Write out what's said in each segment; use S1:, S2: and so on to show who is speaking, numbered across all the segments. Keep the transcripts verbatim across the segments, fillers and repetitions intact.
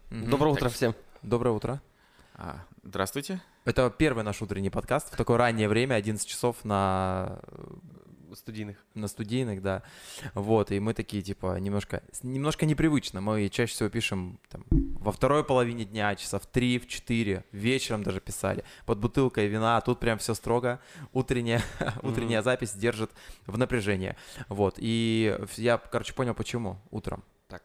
S1: Мгм.
S2: Доброе утро
S1: Так,
S2: всем.
S1: Доброе утро.
S3: а, Здравствуйте.
S1: Это первый наш утренний подкаст в такое раннее время, одиннадцать часов на,
S2: Студийных.
S1: на студийных, да. Вот, и мы такие, типа, немножко, немножко непривычно. Мы чаще всего пишем там, во второй половине дня, часа в три, в четыре, вечером даже писали, под бутылкой вина, а тут прям все строго. Утренняя, утренняя запись держит в напряжении. Вот, и я, короче, понял, почему утром.
S2: Так.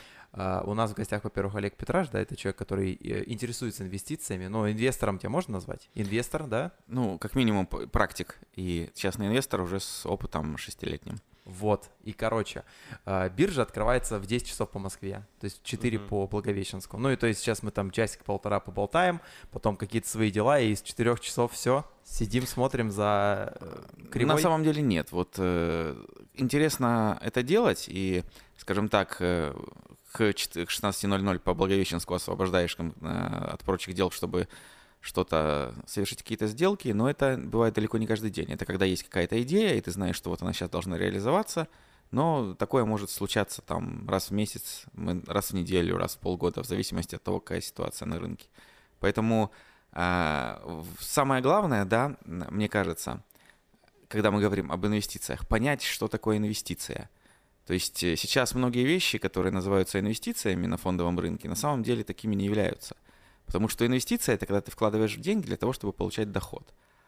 S1: Uh, у нас в гостях, во-первых, Олег Петраш, да, это человек, который э, интересуется инвестициями, но инвестором тебя можно назвать? Инвестор, да?
S3: Ну, как минимум, п- практик и частный инвестор уже с опытом шестилетним.
S1: Вот, и, короче, э, биржа открывается в десять часов по Москве, то есть в четыре
S2: Мгм.
S1: по Благовещенскому. Ну и то есть сейчас мы там часик-полтора поболтаем, потом какие-то свои дела, и из четырех часов все, сидим, смотрим за э, кривой.
S3: На самом деле нет. Вот э, интересно это делать, и, скажем так, э, к чет- к шестнадцати ноль-ноль по Благовещенску освобождаешь ком- э, от прочих дел, чтобы что-то совершить, какие-то сделки, но это бывает далеко не каждый день. Это когда есть какая-то идея, и ты знаешь, что вот она сейчас должна реализоваться, но такое может случаться там раз в месяц, м, раз в неделю, раз в полгода, в зависимости от того, какая ситуация на рынке. Поэтому а, в- самое главное, да, м, мне кажется, когда мы говорим об инвестициях, понять, что такое инвестиция. То есть э, сейчас многие вещи, которые называются инвестициями на фондовом рынке, на самом деле такими не являются. Потому что инвестиция – это когда ты вкладываешь деньги для того, чтобы получать доход.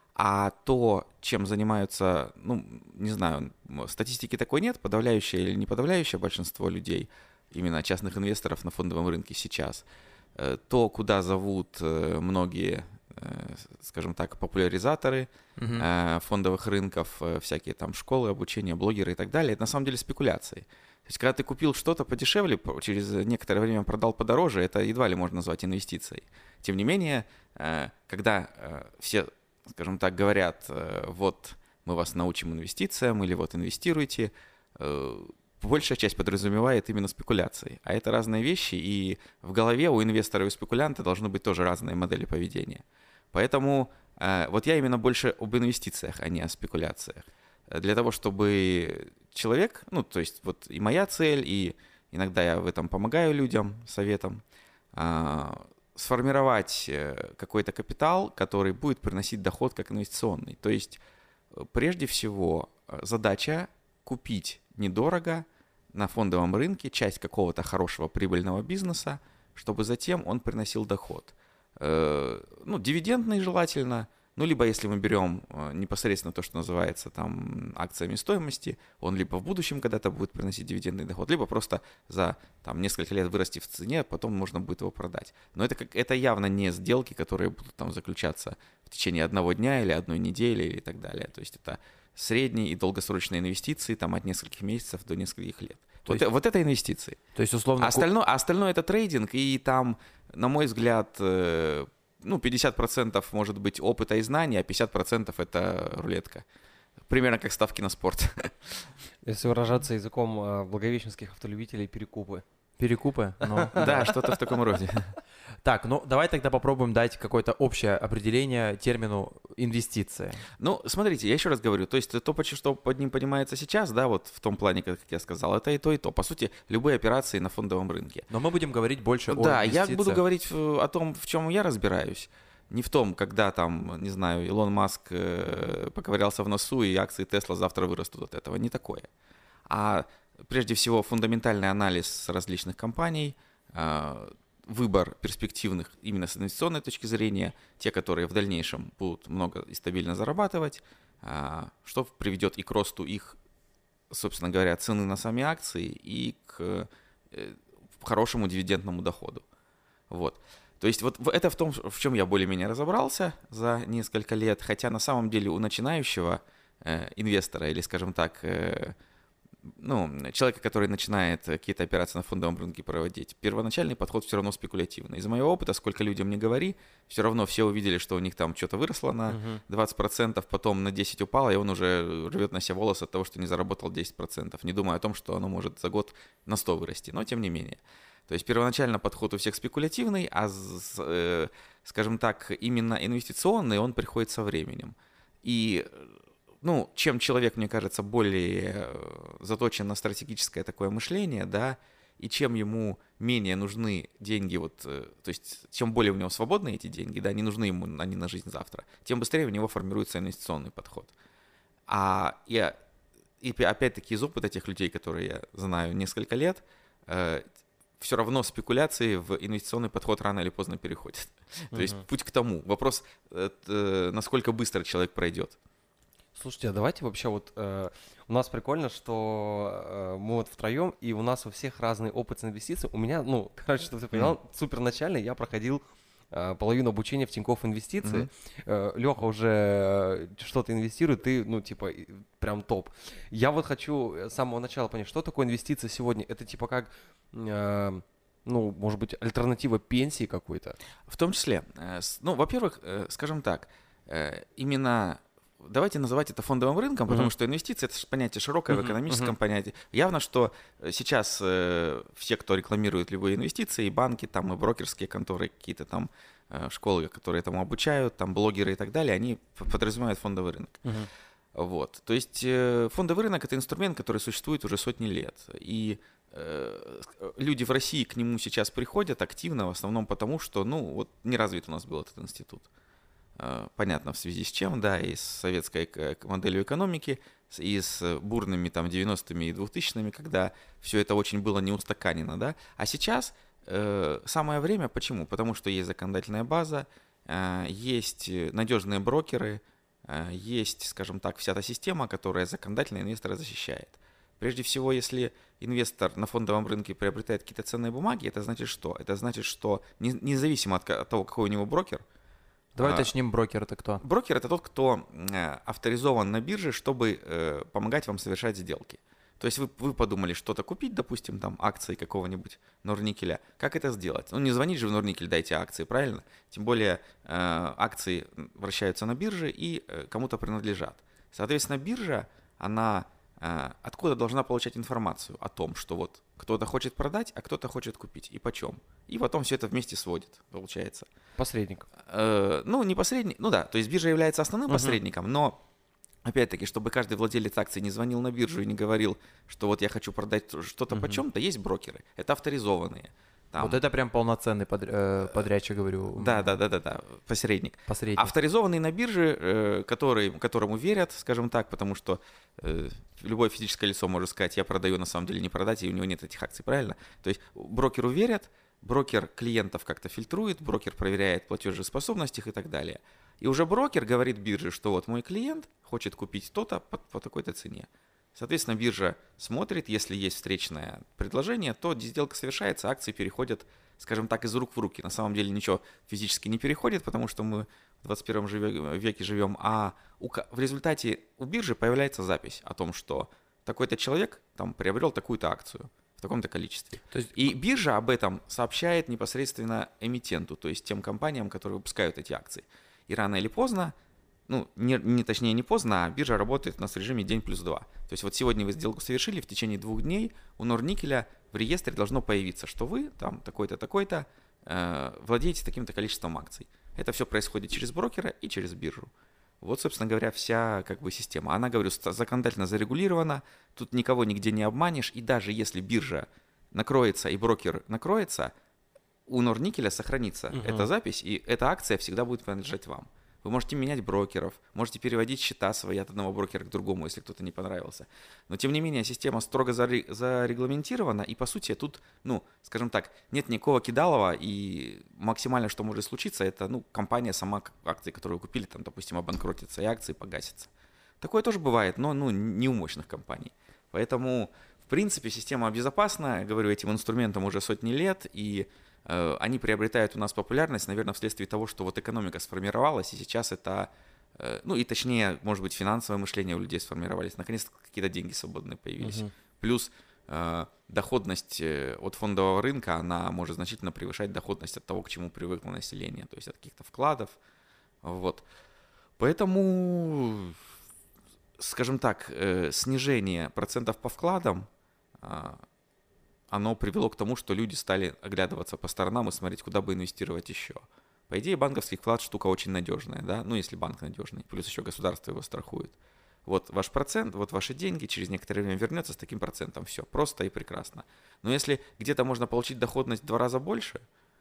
S3: А то, чем занимаются, ну, не знаю, м, статистики такой нет, подавляющее или не подавляющее большинство людей, именно частных инвесторов на фондовом рынке сейчас, э, то, куда зовут э, многие, э, скажем так, популяризаторы
S1: Мгм.
S3: э, фондовых рынков, э, всякие там школы, обучения, блогеры и так далее, это на самом деле спекуляции. То есть, когда ты купил что-то подешевле, по- через некоторое время продал подороже, это едва ли можно назвать инвестицией. Тем не менее, э, когда э, все, скажем так, говорят, э, вот мы вас научим инвестициям или вот инвестируйте, э, большая часть подразумевает именно спекуляции. А это разные вещи, и в голове у инвестора и у спекулянта должны быть тоже разные модели поведения. Поэтому э, вот я именно больше об инвестициях, а не о спекуляциях. Э, Для того, чтобы человек, ну, то есть вот и моя цель, и иногда я в этом помогаю людям советом, а, сформировать э, какой-то капитал, который будет приносить доход как инвестиционный. То есть э, прежде всего э, задача купить недорого на фондовом рынке часть какого-то хорошего прибыльного бизнеса, чтобы затем он приносил доход. Э, Ну, дивидендный желательно, ну, либо если мы берем э, непосредственно то, что называется там акциями стоимости, он либо в будущем когда-то будет приносить дивидендный доход, либо просто за там несколько лет вырасти в цене, потом можно будет его продать. Но это, как, это явно не сделки, которые будут там заключаться в течение одного дня или одной недели или так далее. То есть это средние и долгосрочные инвестиции там от нескольких месяцев до нескольких лет.
S1: То
S3: Вот,
S1: есть-
S3: э- вот это инвестиции.
S1: То есть, условно...
S3: А
S1: ку-
S3: остальное, а остальное это трейдинг, и там, на мой взгляд, э, ну, пятьдесят процентов может быть опыта и знаний, а пятьдесят процентов это рулетка. Примерно как ставки на спорт.
S2: Если выражаться языком а, благовещенских автолюбителей, перекупы.
S1: Перекупы? Ну,
S3: Да, что-то в таком роде.
S1: Так, ну давай тогда попробуем дать какое-то общее определение термину инвестиция.
S3: Ну, смотрите, я еще раз говорю, то есть то, почти что под ним понимается сейчас, да, вот в том плане, как я сказал, это и то, и то. По сути, любые операции на фондовом рынке.
S1: Но мы будем говорить больше о
S3: Да, я
S1: инвестициях.
S3: буду говорить э, о том, в чем я разбираюсь. Не в том, когда там, не знаю, Илон Маск э, поковырялся в носу, и акции Тесла завтра вырастут от этого. Не такое. А прежде всего фундаментальный анализ различных компаний, э, выбор перспективных именно с инвестиционной точки зрения, те, которые в дальнейшем будут много и стабильно зарабатывать, э, что приведет и к росту их, собственно говоря, цены на сами акции, и к э, хорошему дивидендному доходу. Вот. То есть вот в- это в том, в чем я более-менее разобрался за несколько лет, хотя на самом деле у начинающего э, инвестора или, скажем так, э, ну, человека, который начинает какие-то операции на фондовом рынке проводить, первоначальный подход все равно спекулятивный. Из моего опыта, сколько людям не говори, все равно все увидели, что у них там что-то выросло на
S2: Мгм.
S3: двадцать процентов, потом на десять упало, и он уже рвет на себя волосы от того, что не заработал десять процентов, не думая о том, что оно может за год на сто вырасти, но тем не менее. То есть первоначально подход у всех спекулятивный, а, с- э, скажем так, именно инвестиционный он приходит со временем. И, ну, чем человек, мне кажется, более э, заточен на стратегическое такое мышление, да, и чем ему менее нужны деньги, вот, э, то есть чем более у него свободны эти деньги, да, не нужны ему они на жизнь завтра, тем быстрее у него формируется инвестиционный подход. А я, и опять-таки из опыта тех людей, которые я знаю несколько лет, э, все равно спекуляции в инвестиционный подход рано или поздно переходят. То есть путь к тому. Вопрос, э, насколько быстро человек пройдет.
S2: Слушайте, а давайте вообще вот э, у нас прикольно, что э, мы вот втроем, и у нас у всех разный опыт с инвестиций. У меня, ну, короче, чтобы ты понял, mm. супер начальный, я проходил э, половину обучения в Тинькофф Инвестиции. Mm-hmm. Э, Леха уже что-то инвестирует, ты, ну, типа, прям топ. Я вот хочу с самого начала понять, что такое инвестиция сегодня? Это типа как... Э, ну, может быть, альтернатива пенсии какой-то?
S3: В том числе. Ну, во-первых, скажем так, именно... Давайте называть это фондовым рынком, потому uh-huh. что инвестиции — это понятие широкое uh-huh. в экономическом uh-huh. понятии. Явно, что сейчас э, все, кто рекламирует любые инвестиции, и банки, там, и брокерские конторы, какие-то там э, школы, которые этому обучают, там, блогеры и так далее, они подразумевают фондовый рынок. Uh-huh. Вот. То есть э, фондовый рынок — это инструмент, который существует уже сотни лет. И э, люди в России к нему сейчас приходят активно, в основном потому, что, ну, вот не развит у нас был этот институт. Понятно, в связи с чем, да, и с советской моделью экономики, и с бурными там девяностыми и двухтысячными, когда все это очень было не устаканено, да. А сейчас э, самое время, почему? Потому что есть законодательная база, э, есть надежные брокеры, э, есть, скажем так, вся та система, которая законодательно инвестора защищает. Прежде всего, если инвестор на фондовом рынке приобретает какие-то ценные бумаги, это значит что? Это значит, что не, независимо от, от того, какой у него брокер.
S1: Давай уточним, брокер — это кто?
S3: Брокер — это тот, кто э, авторизован на бирже, чтобы э, помогать вам совершать сделки. То есть вы, вы подумали что-то купить, допустим, там акции какого-нибудь Норникеля. Как это сделать? Ну, не звонить же в Норникель, дайте акции, правильно? Тем более э, акции вращаются на бирже и э, кому-то принадлежат. Соответственно, биржа, она э, откуда должна получать информацию о том, что вот кто-то хочет продать, а кто-то хочет купить, и почем. И потом все это вместе сводит, получается.
S2: Посредник.
S3: Э, ну, не посредник, ну да, то есть биржа является основным uh-huh. посредником, но, опять-таки, чтобы каждый владелец акций не звонил на биржу и не говорил, что вот я хочу продать что-то uh-huh. почем-то, есть брокеры, это авторизованные. Там.
S1: Вот это прям полноценный под, э, подрядчик, говорю.
S3: Да, да, да, да, да, посредник.
S1: Посредник.
S3: Авторизованный на бирже, э, который, которому верят, скажем так, потому что э, любое физическое лицо может сказать, я продаю, на самом деле не продать, и у него нет этих акций, правильно? То есть брокеру верят, брокер клиентов как-то фильтрует, брокер проверяет платежеспособность их и так далее. И уже брокер говорит бирже, что вот мой клиент хочет купить то-то по, по такой-то цене. Соответственно, биржа смотрит, если есть встречное предложение, то сделка совершается, акции переходят, скажем так, из рук в руки. На самом деле ничего физически не переходит, потому что мы в двадцать первом веке живем, а в результате у биржи появляется запись о том, что такой-то человек там приобрел такую-то акцию в таком-то количестве. То есть... И биржа об этом сообщает непосредственно эмитенту, то есть тем компаниям, которые выпускают эти акции. И рано или поздно, ну, не, не точнее не поздно, а биржа работает у нас в режиме день плюс два. То есть вот сегодня вы сделку совершили, в течение двух дней у Норникеля в реестре должно появиться, что вы там такой-то, такой-то э, владеете таким-то количеством акций. Это все происходит через брокера и через биржу. Вот, собственно говоря, вся как бы система. Она, говорю, законодательно зарегулирована, тут никого нигде не обманешь, и даже если биржа накроется и брокер накроется, у Норникеля сохранится uh-huh. эта запись, и эта акция всегда будет принадлежать вам. Вы можете менять брокеров, можете переводить счета свои от одного брокера к другому, если кто-то не понравился. Но, тем не менее, система строго зарегламентирована, и, по сути, тут, ну, скажем так, нет никакого кидалова, и максимально, что может случиться, это, ну, компания сама, акции, которые вы купили, там, допустим, обанкротится, и акции погасятся. Такое тоже бывает, но, ну, не у мощных компаний. Поэтому, в принципе, система безопасна, говорю, этим инструментам уже сотни лет, и они приобретают у нас популярность, наверное, вследствие того, что вот экономика сформировалась, и сейчас это, ну и точнее, может быть, финансовое мышление у людей сформировались, наконец-то какие-то деньги свободные появились. Uh-huh. Плюс э, доходность от фондового рынка, она может значительно превышать доходность от того, к чему привыкло население, то есть от каких-то вкладов. Вот. Поэтому, скажем так, э, снижение процентов по вкладам, э, оно привело к тому, что люди стали оглядываться по сторонам и смотреть, куда бы инвестировать еще. По идее, банковский вклад штука очень надежная, да, ну если банк надежный, плюс еще государство его страхует. вот ваш процент, вот ваши деньги, через некоторое время вернется с таким процентом, все, просто и прекрасно. Но если где-то можно получить доходность в два раза больше,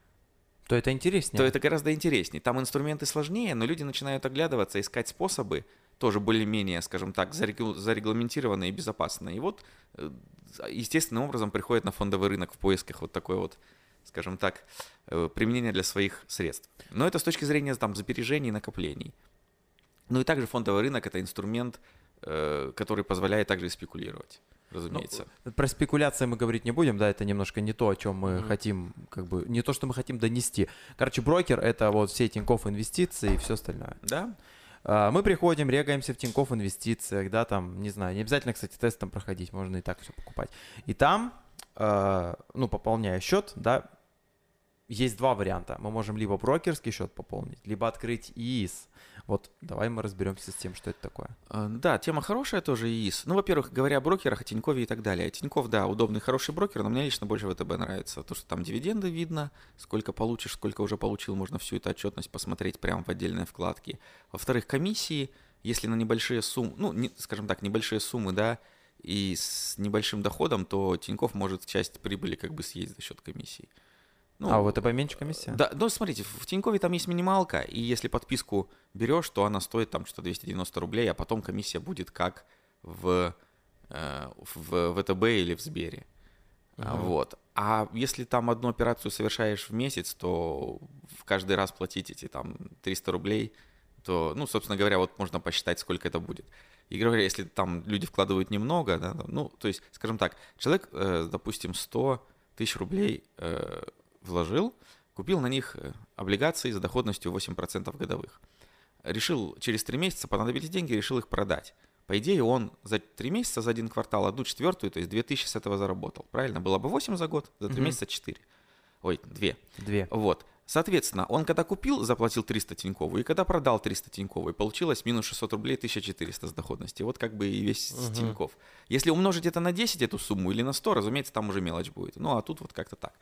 S1: то это интереснее.
S3: то это гораздо интереснее. Там инструменты сложнее, но люди начинают оглядываться, искать способы, тоже более-менее, скажем так, зарегламентированные и безопасные. И вот естественным образом приходят на фондовый рынок в поисках вот такой вот, скажем так, применения для своих средств. Но это с точки зрения там сбережений и накоплений. Ну и также фондовый рынок – это инструмент, который позволяет также и спекулировать, разумеется.
S1: Ну, про спекуляции мы говорить не будем, да, это немножко не то, о чем мы
S3: Mm-hmm.
S1: хотим, как бы, не то, что мы хотим донести. Короче, брокер – это вот все Тинькофф инвестиции и все остальное.
S3: Да.
S1: Мы приходим, регаемся в Тинькофф инвестициях, да, там, не знаю, не обязательно, кстати, тест там проходить, можно и так все покупать. И там, ну, пополняя счет, да, есть два варианта. Мы можем либо брокерский счет пополнить, либо открыть ИИС. Вот давай мы разберемся с тем, что это такое.
S3: Да, тема хорошая тоже, ИИС. Ну, во-первых, говоря о брокерах, о Тинькове и так далее. Тинькофф, да, удобный, хороший брокер, но мне лично больше ВТБ нравится. То, что там дивиденды видно, сколько получишь, сколько уже получил, можно всю эту отчетность посмотреть прямо в отдельной вкладке. Во-вторых, комиссии, если на небольшие суммы, ну, не, скажем так, небольшие суммы, да, и с небольшим доходом, то Тинькофф может часть прибыли как бы съесть за счет комиссий. Ну,
S1: а у ВТБ меньше комиссия?
S3: Да, ну смотрите, в Тинькове там есть минималка, и если подписку берешь, то она стоит там что-то двести девяносто рублей, а потом комиссия будет как в, э, в ВТБ или в Сбере. Uh-huh. Вот. А если там одну операцию совершаешь в месяц, то в каждый раз платить эти там триста рублей, то, ну, собственно говоря, вот можно посчитать, сколько это будет. И говоря, если там люди вкладывают немного, да, ну, то есть, скажем так, человек, э, допустим, сто тысяч рублей э, вложил, купил на них облигации с доходностью восемь процентов годовых. Решил через три месяца, понадобились деньги, решил их продать. По идее, он за три месяца, за один квартал, одну четвертую, то есть две тысячи с этого заработал. Правильно? Было бы восемь за год, за три угу. месяца четыре. Ой, две.
S1: Две.
S3: Вот. Соответственно, он когда купил, заплатил триста Тинькову, и когда продал триста Тинькову, и получилось минус шестьсот рублей, тысяча четыреста с доходности. Вот как бы и весь угу. Тинькофф. Если умножить это на десять, эту сумму, или на сто, разумеется, там уже мелочь будет. Ну, а тут вот как-то так.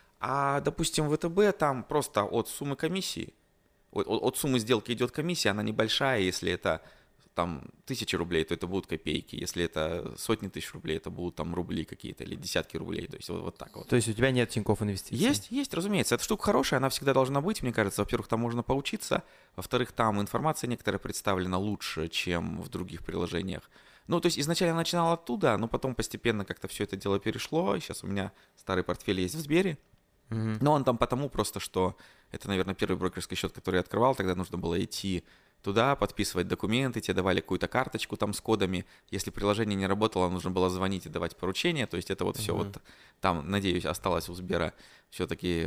S3: А, допустим, в ВТБ там просто от суммы комиссии, от, от суммы сделки идет комиссия, она небольшая, если это там тысячи рублей, то это будут копейки, если это сотни тысяч рублей, это будут там рубли какие-то или десятки рублей, то есть вот, вот так вот.
S1: То есть у тебя нет Тинькофф инвестиций?
S3: Есть, есть, разумеется, эта штука хорошая, она всегда должна быть, мне кажется, во-первых, там можно поучиться, во-вторых, там информация некоторая представлена лучше, чем в других приложениях. Ну, то есть изначально я начинал оттуда, но потом постепенно как-то все это дело перешло, и сейчас у меня старый портфель есть в Сбере. Mm-hmm. Но он там потому просто, что это, наверное, первый брокерский счет, который я открывал, тогда нужно было идти туда, подписывать документы, тебе давали какую-то карточку там с кодами, если приложение не работало, нужно было звонить и давать поручения, то есть это вот mm-hmm. все вот там, надеюсь, осталось у Сбера все-таки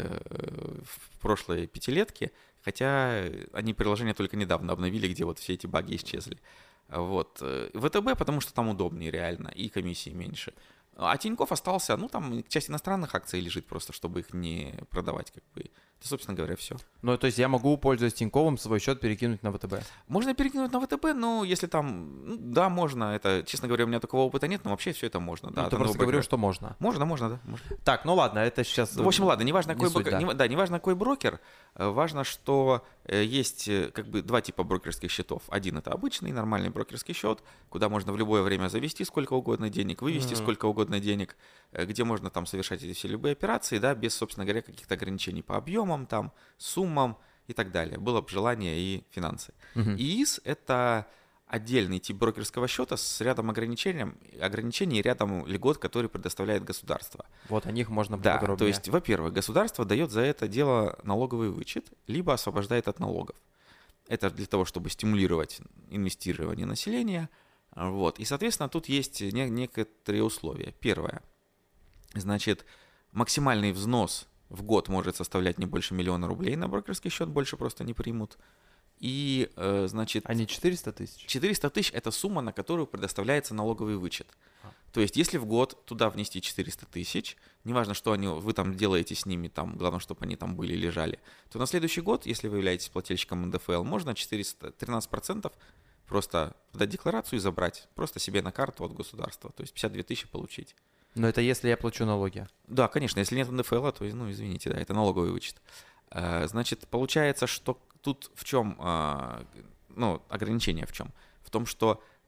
S3: в прошлой пятилетке, хотя они приложение только недавно обновили, где вот все эти баги исчезли. Вот. ВТБ, потому что там удобнее реально и комиссии меньше. А Тинькофф остался, ну, там часть иностранных акций лежит просто, чтобы их не продавать, как бы. Это, собственно говоря, все.
S1: Ну, то есть я могу, пользуясь Тиньковым, свой счет перекинуть на ВТБ?
S3: Можно перекинуть на ВТБ, но если там, ну, да, можно. Это, честно говоря, у меня такого опыта нет, но вообще все это можно. Да,
S1: ну, ты просто говорил, что можно.
S3: Можно, можно, да. Можно.
S1: Так, ну ладно, это сейчас...
S3: В общем, ладно, неважно,
S1: не
S3: какой,
S1: суть,
S3: б...
S1: да.
S3: не, да, неважно, какой брокер, важно, что есть как бы два типа брокерских счетов. Один — это обычный, нормальный брокерский счет, куда можно в любое время завести сколько угодно денег, вывести mm-hmm. сколько угодно денег, где можно там совершать эти все любые операции, да, без, собственно говоря, каких-то ограничений по объемам, там, суммам и так далее. Было бы желание и финансы. Mm-hmm. ИИС — это отдельный тип брокерского счета с рядом ограничений, ограничений и рядом льгот, которые предоставляет государство.
S1: Вот о них можно
S3: да,
S1: подробнее.
S3: То есть, во-первых, государство дает за это дело налоговый вычет, либо освобождает от налогов. Это для того, чтобы стимулировать инвестирование населения. Вот. И, соответственно, тут есть не- некоторые условия. Первое. Значит, максимальный взнос в год может составлять не больше миллиона рублей на брокерский счет, больше просто не примут. И, э, значит...
S1: А не четыреста тысяч?
S3: четыреста тысяч – это сумма, на которую предоставляется налоговый вычет. А. То есть, если в год туда внести четыреста тысяч, неважно, что они, вы там делаете с ними, там, главное, чтобы они там были, лежали, то на следующий год, если вы являетесь плательщиком эн дэ эф эл, можно четыреста тринадцать процентов просто подать декларацию и забрать просто себе на карту от государства. То есть, пятьдесят две тысячи получить.
S1: Но это если я плачу налоги?
S3: Да, конечно. Если нет эн дэ эф эл, то, ну, извините, да, это налоговый вычет. Значит, получается, что тут в чем, ну, ограничение в чем? В том, что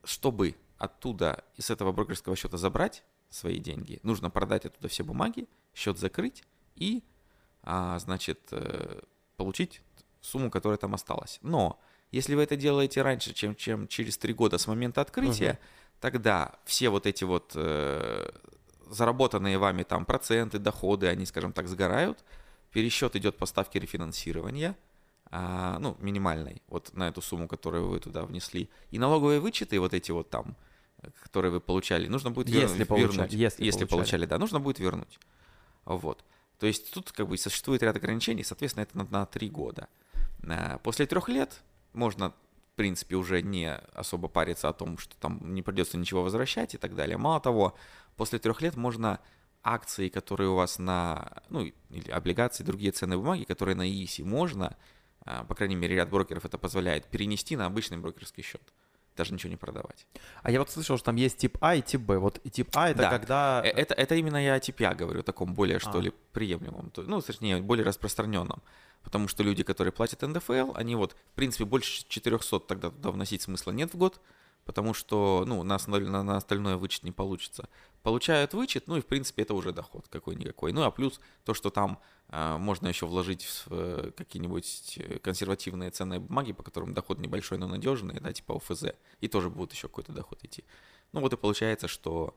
S3: чтобы оттуда, из этого брокерского счета забрать свои деньги, нужно продать оттуда все бумаги, счет закрыть и, а, значит, э, получить сумму, которая там осталась. Но если вы это делаете раньше, чем, чем через три года с момента открытия, угу. тогда все вот эти вот э, заработанные вами там проценты, доходы, они, скажем так, сгорают, пересчет идет по ставке рефинансирования, а, ну, минимальной, вот на эту сумму, которую вы туда внесли, и налоговые вычеты вот эти вот там, которые вы получали, нужно будет
S1: если
S3: вернуть.
S1: Получали,
S3: если
S1: если
S3: получали. получали, да, нужно будет вернуть. Вот. То есть тут как бы существует ряд ограничений, соответственно, это на, на три года. После трех лет можно, в принципе, уже не особо париться о том, что там не придется ничего возвращать и так далее. Мало того, после трех лет можно акции, которые у вас на, ну, или облигации, другие ценные бумаги, которые на ИИСе можно, по крайней мере, ряд брокеров это позволяет, перенести на обычный брокерский счет. Даже ничего не продавать.
S1: А я вот слышал, что там есть тип А и тип Б. Вот и тип А это
S3: да.
S1: когда...
S3: Это, это именно я о типе А говорю, таком более, что
S1: а.
S3: ли, приемлемом. Ну, точнее, более распространенном. Потому что люди, которые платят эн дэ эф эл, они вот, в принципе, больше четырехсот тогда туда вносить смысла нет в год, потому что, ну, на, на, на остальное вычет не получится. Получают вычет, ну и, в принципе, это уже доход какой-никакой. Ну, а плюс то, что там э, можно еще вложить в э, какие-нибудь консервативные ценные бумаги, по которым доход небольшой, но надежный, да, типа о эф зэ, и тоже будет еще какой-то доход идти. Ну, вот и получается, что,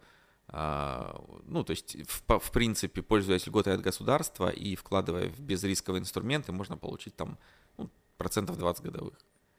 S3: э, ну, то есть, в, в принципе, пользуясь льготой от государства и вкладывая в безрисковые инструменты, можно получить там, ну, процентов двадцать годовых.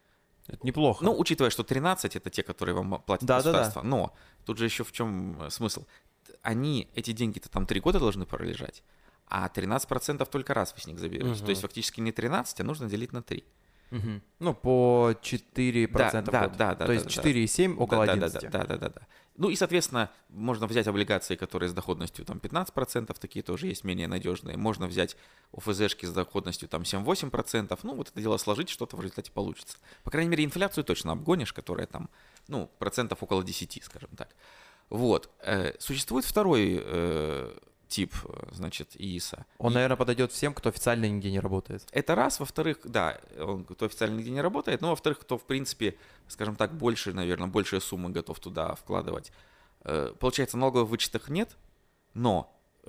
S1: Это неплохо.
S3: Ну, учитывая, что тринадцать это те, которые вам платят
S1: да,
S3: государство.
S1: Да, да.
S3: Но тут же еще в чем смысл? Они, эти деньги-то там три года должны пролежать, а тринадцать процентов только раз вы с них заберете. Угу. То есть фактически не тринадцать, а нужно делить на три.
S1: Угу. Ну, по четыре процента
S3: да,
S1: в год.
S3: да, да,
S1: То
S3: да,
S1: есть
S3: да,
S1: четыре и семь около
S3: да,
S1: одиннадцати.
S3: Да, да, да, да, да. Ну и, соответственно, можно взять облигации, которые с доходностью там пятнадцать процентов, такие тоже есть менее надежные. Можно взять о эф зэшки с доходностью там семь-восемь процентов. Ну, вот это дело сложить, что-то в результате получится. По крайней мере, инфляцию точно обгонишь, которая там, ну, процентов около десяти, скажем так. Вот. Существует второй э, тип, значит, ИИСа.
S1: Он,
S3: И...
S1: наверное, подойдет всем, кто официально нигде не работает.
S3: Это раз. Во-вторых, да, он, кто официально нигде не работает, но во-вторых, кто, в принципе, скажем так, больше, наверное, большие суммы готов туда вкладывать. Получается, налоговых вычетов нет, но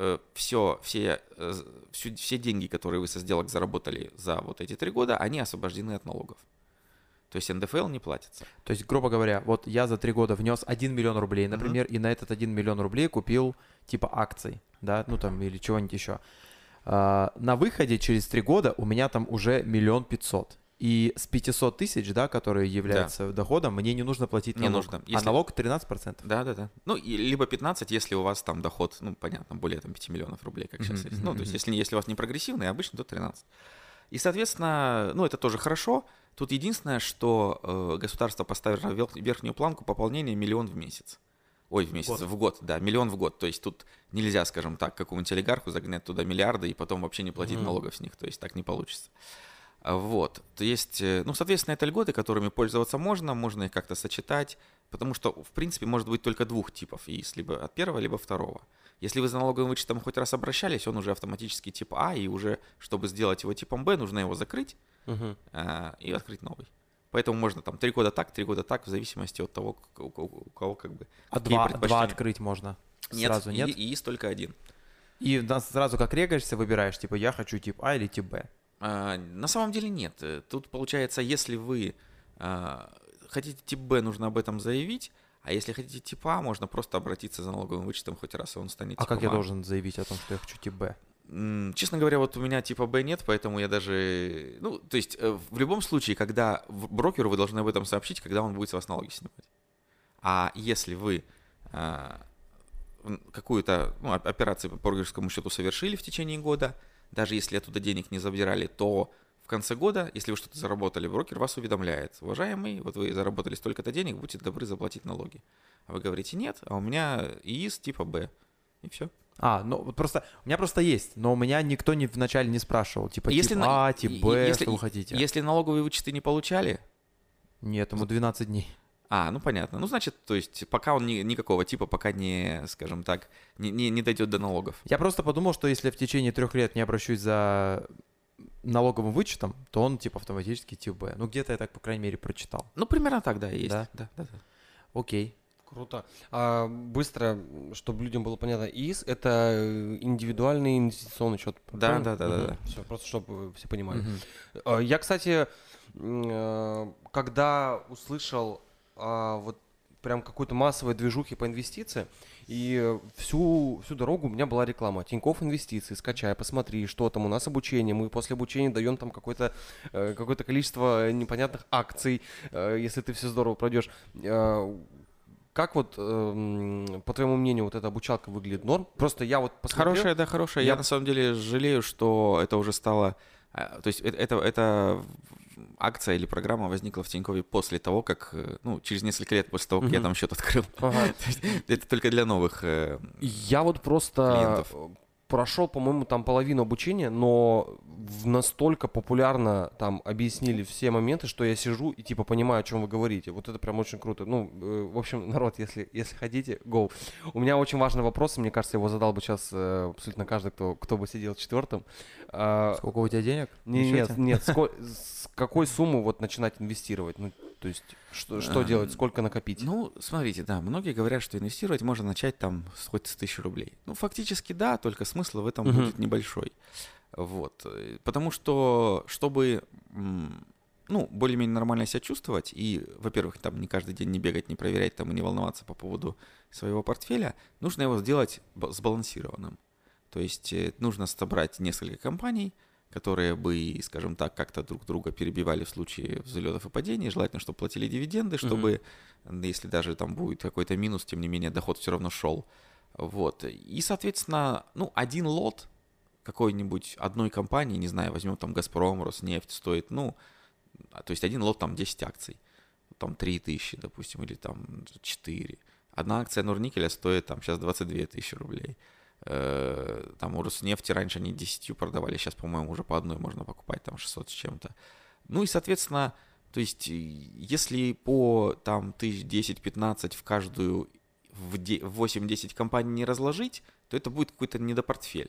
S3: все, все, все, все деньги, которые вы со сделок заработали за вот эти три года, они освобождены от налогов. То есть эн дэ эф эл не платится.
S1: То есть, грубо говоря, вот я за три года внес один миллион рублей, например, uh-huh. и на этот один миллион рублей купил типа акций, да, ну там или чего-нибудь еще. А, на выходе через три года у меня там уже миллион пятьсот. И с пятисот тысяч, да, которые являются да. доходом, мне не нужно платить налог.
S3: Не нужно. Если...
S1: А налог тринадцать процентов.
S3: Да, да, да. Ну, и, либо пятнадцать, если у вас там доход, ну, понятно, более там пяти миллионов рублей, как сейчас uh-huh, есть. Uh-huh. Ну, то есть, если, если у вас не прогрессивный, обычно, то тринадцать. И, соответственно, ну, это тоже хорошо. Тут единственное, что э, государство поставило верхнюю планку пополнения миллион в месяц. Ой, в месяц, год. в год, да, миллион в год. То есть тут нельзя, скажем так, какому-нибудь олигарху загнать туда миллиарды и потом вообще не платить mm-hmm. налогов с них. То есть так не получится. Вот. То есть, ну, соответственно, это льготы, которыми пользоваться можно, можно их как-то сочетать, потому что, в принципе, может быть только двух типов ИИС, либо от первого, либо второго. Если вы за налоговым вычетом хоть раз обращались, он уже автоматически тип А, и уже, чтобы сделать его типом Б, нужно его закрыть uh-huh. а, и открыть новый. Поэтому можно там три года так, три года так, в зависимости от того, у кого, у кого как бы...
S1: А два, два открыть можно?
S3: Нет,
S1: сразу нет?
S3: И, ИИС только один.
S1: И сразу как регаешься, выбираешь, типа, я хочу тип А или тип Б?
S3: А, на самом деле нет. Тут получается, если вы а, хотите тип Б, нужно об этом заявить. А если хотите тип А, можно просто обратиться за налоговым вычетом хоть раз, и он станет
S1: а
S3: типом А.
S1: А как я должен заявить о том, что я хочу тип Б?
S3: Честно говоря, вот у меня типа Б нет, поэтому я даже... Ну, то есть в любом случае, когда брокеру вы должны об этом сообщить, когда он будет с вас налоги снимать. А если вы а, какую-то ну, операцию по брокерскому счету совершили в течение года, даже если оттуда денег не забирали, то в конце года, если вы что-то заработали, брокер вас уведомляет. Уважаемый, вот вы заработали столько-то денег, будьте добры заплатить налоги. А вы говорите, нет, а у меня ИИС типа Б. И все.
S1: А, ну вот просто, у меня просто есть, но у меня никто не, вначале не спрашивал, типа если тип А, тип Б,
S3: если,
S1: что вы хотите.
S3: Если налоговые вычеты не получали?
S1: Нет, ему двенадцать дней.
S3: А, ну понятно. Ну, значит, то есть пока он ни, никакого типа, пока не, скажем так, не, не, не дойдет до налогов.
S1: Я просто подумал, что если в течение трех лет не обращусь за налоговым вычетом, то он типа автоматически тип Б. Ну, где-то я так, по крайней мере, прочитал.
S3: Ну, примерно так, да, и есть.
S1: Да?
S3: Да, да, да.
S1: Окей.
S2: Круто. А быстро, чтобы людям было понятно, ИИС — это индивидуальный инвестиционный счет.
S3: Да, да, да, да, да.
S2: Все, просто чтобы все понимали.
S1: Мгм.
S2: А, Я, кстати, м, э, когда услышал а, вот прям какой-то массовой движухи по инвестициям, и всю, всю дорогу у меня была реклама. Тинькофф инвестиции, скачай, посмотри, что там у нас обучение. Мы после обучения даем там какое-то, э, какое-то количество непонятных акций, э, если ты все здорово пройдешь. Э, Как вот, эм, по твоему мнению, вот эта обучалка выглядит? Норм? Просто я вот посмотрел.
S3: Хорошая, да, хорошая. Я,
S2: Я-
S3: на самом деле жалею, что это уже стало... а, То есть э- это, это акция или программа возникла в Тинькове после того, как... э, Ну, через несколько лет после того, как я
S2: Мгм.
S3: там счет открыл.
S2: Ага.
S3: То есть это только для новых... э,
S2: Я вот просто
S3: клиентов.
S2: э, прошел, по-моему, там половину обучения, но в- настолько популярно там объяснили все моменты, что я сижу и типа понимаю, о чем вы говорите. Вот это прям очень круто. Ну, э, в общем, народ, если, если хотите, go. У меня очень важный вопрос, и мне кажется, его задал бы сейчас э, абсолютно каждый, кто, кто бы сидел четвертым. А,
S1: Сколько у тебя денег?
S2: не-
S1: На
S2: нет,
S1: счете?
S2: нет, ско- с какой суммы вот начинать инвестировать? Ну, то есть, что, что
S3: Эм,
S2: делать, сколько накопить?
S3: Ну, смотрите, да, многие говорят, что инвестировать можно начать там с хоть с тысячи рублей. Ну, фактически да, только смысл в этом
S2: Мгм.
S3: будет небольшой. Вот. э, Потому что, чтобы, м, ну, более-менее нормально себя чувствовать и, во-первых, там не каждый день не бегать, не проверять там и не волноваться по поводу своего портфеля, нужно его сделать ба- сбалансированным. То есть э, нужно собрать несколько компаний, которые бы, скажем так, как-то друг друга перебивали в случае взлетов и падений, желательно, чтобы платили дивиденды, чтобы, м, если даже там будет какой-то минус, тем не менее доход все равно шел. Вот. И, соответственно, ну, один лот какой-нибудь одной компании, не знаю, возьмем там Газпром, Роснефть, стоит, ну, а, то есть один лот там десять акций, там три тысячи, допустим, или там четыре. Одна акция Норникеля стоит там сейчас двадцать две тысячи рублей. Э, Там у Роснефти раньше они десятью продавали, сейчас, по-моему, уже по одной можно покупать, там шестьсот с чем-то. Ну и, соответственно, то есть, и если по там тысяч десять-пятнадцать в каждую в де- в восемь-десять компаний не разложить, то это будет какой-то недопортфель.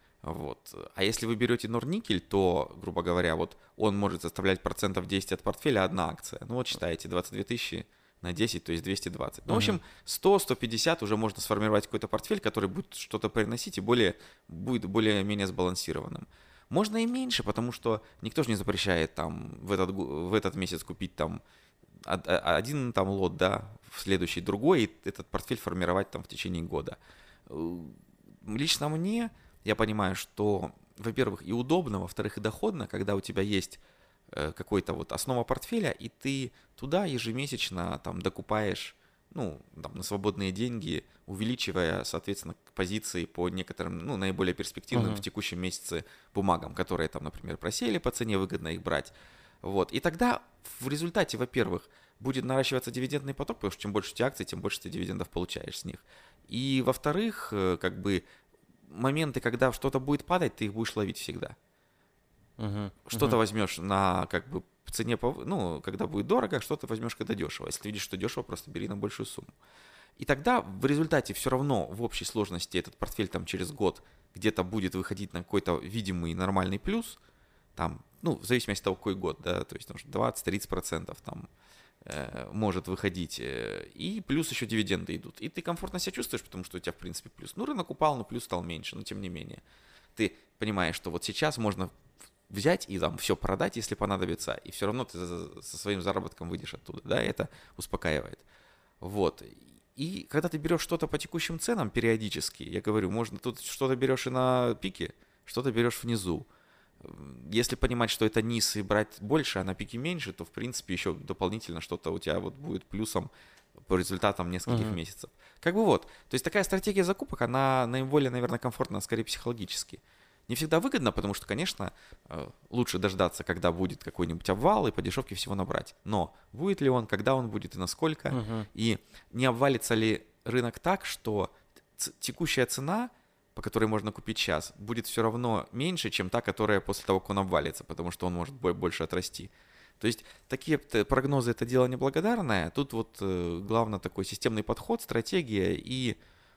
S3: Вот. А если вы берете Норникель, то, грубо говоря, вот он может составлять процентов десять от портфеля одна акция. Ну вот считаете, двадцать две тысячи на десять, то есть двести двадцать. Ну, в общем, сто-сто пятьдесят уже можно сформировать какой-то портфель, который будет что-то приносить и более, будет более-менее сбалансированным. Можно и меньше, потому что никто же не запрещает там в этот, гу- в этот месяц купить там од- а- один там лот, да, в следующий другой, и этот портфель формировать там в течение года. Э, Лично мне, я понимаю, что, во-первых, и удобно, во-вторых, и доходно, когда у тебя есть э, какой-то вот основа портфеля, и ты туда ежемесячно там докупаешь, ну, там, на свободные деньги, увеличивая, соответственно, позиции по некоторым, ну, наиболее перспективным
S2: Мгм.
S3: в текущем месяце бумагам, которые там, например, просели по цене, выгодно их брать. Вот. И тогда в результате, во-первых, будет наращиваться дивидендный поток, потому что чем больше у тебя акций, тем больше ты дивидендов получаешь с них. И, во-вторых, э, как бы моменты, когда что-то будет падать, ты их будешь ловить всегда.
S2: Мгм.
S3: Что-то возьмешь на как бы в цене, пов- ну, когда будет дорого, что-то возьмешь, когда дешево. Если ты видишь, что дешево, просто бери на большую сумму. И тогда в результате все равно в общей сложности этот портфель там через год где-то будет выходить на какой-то видимый нормальный плюс, там, ну, в зависимости от того, какой год, да, то есть там двадцать-тридцать процентов там э, может выходить, э, и плюс еще дивиденды идут. И ты комфортно себя чувствуешь, потому что у тебя, в принципе, плюс. Ну, рынок упал, но плюс стал меньше, но тем не менее. Ты понимаешь, что вот сейчас можно взять и там все продать, если понадобится, и все равно ты за- со своим заработком выйдешь оттуда, да, и это успокаивает. Вот. И когда ты берешь что-то по текущим ценам периодически, я говорю, можно тут что-то берешь и на пике, что-то берешь внизу. Если понимать, что это низ и брать больше, а на пике меньше, то в принципе еще дополнительно что-то у тебя вот будет плюсом по результатам нескольких
S2: Мгм.
S3: месяцев. Как бы вот. То есть такая стратегия закупок, она наиболее, наверное, комфортна, скорее психологически. Не всегда выгодно, потому что, конечно, э, лучше дождаться, когда будет какой-нибудь обвал, и по дешевке всего набрать. Но будет ли он, когда он будет и насколько,
S2: Мгм.
S3: и не обвалится ли рынок так, что ц- текущая цена, по которой можно купить сейчас, будет все равно меньше, чем та, которая после того, как он обвалится, потому что он может бо- больше отрасти. То есть такие т- прогнозы — это дело неблагодарное. Тут вот э, главное такой системный подход, стратегия и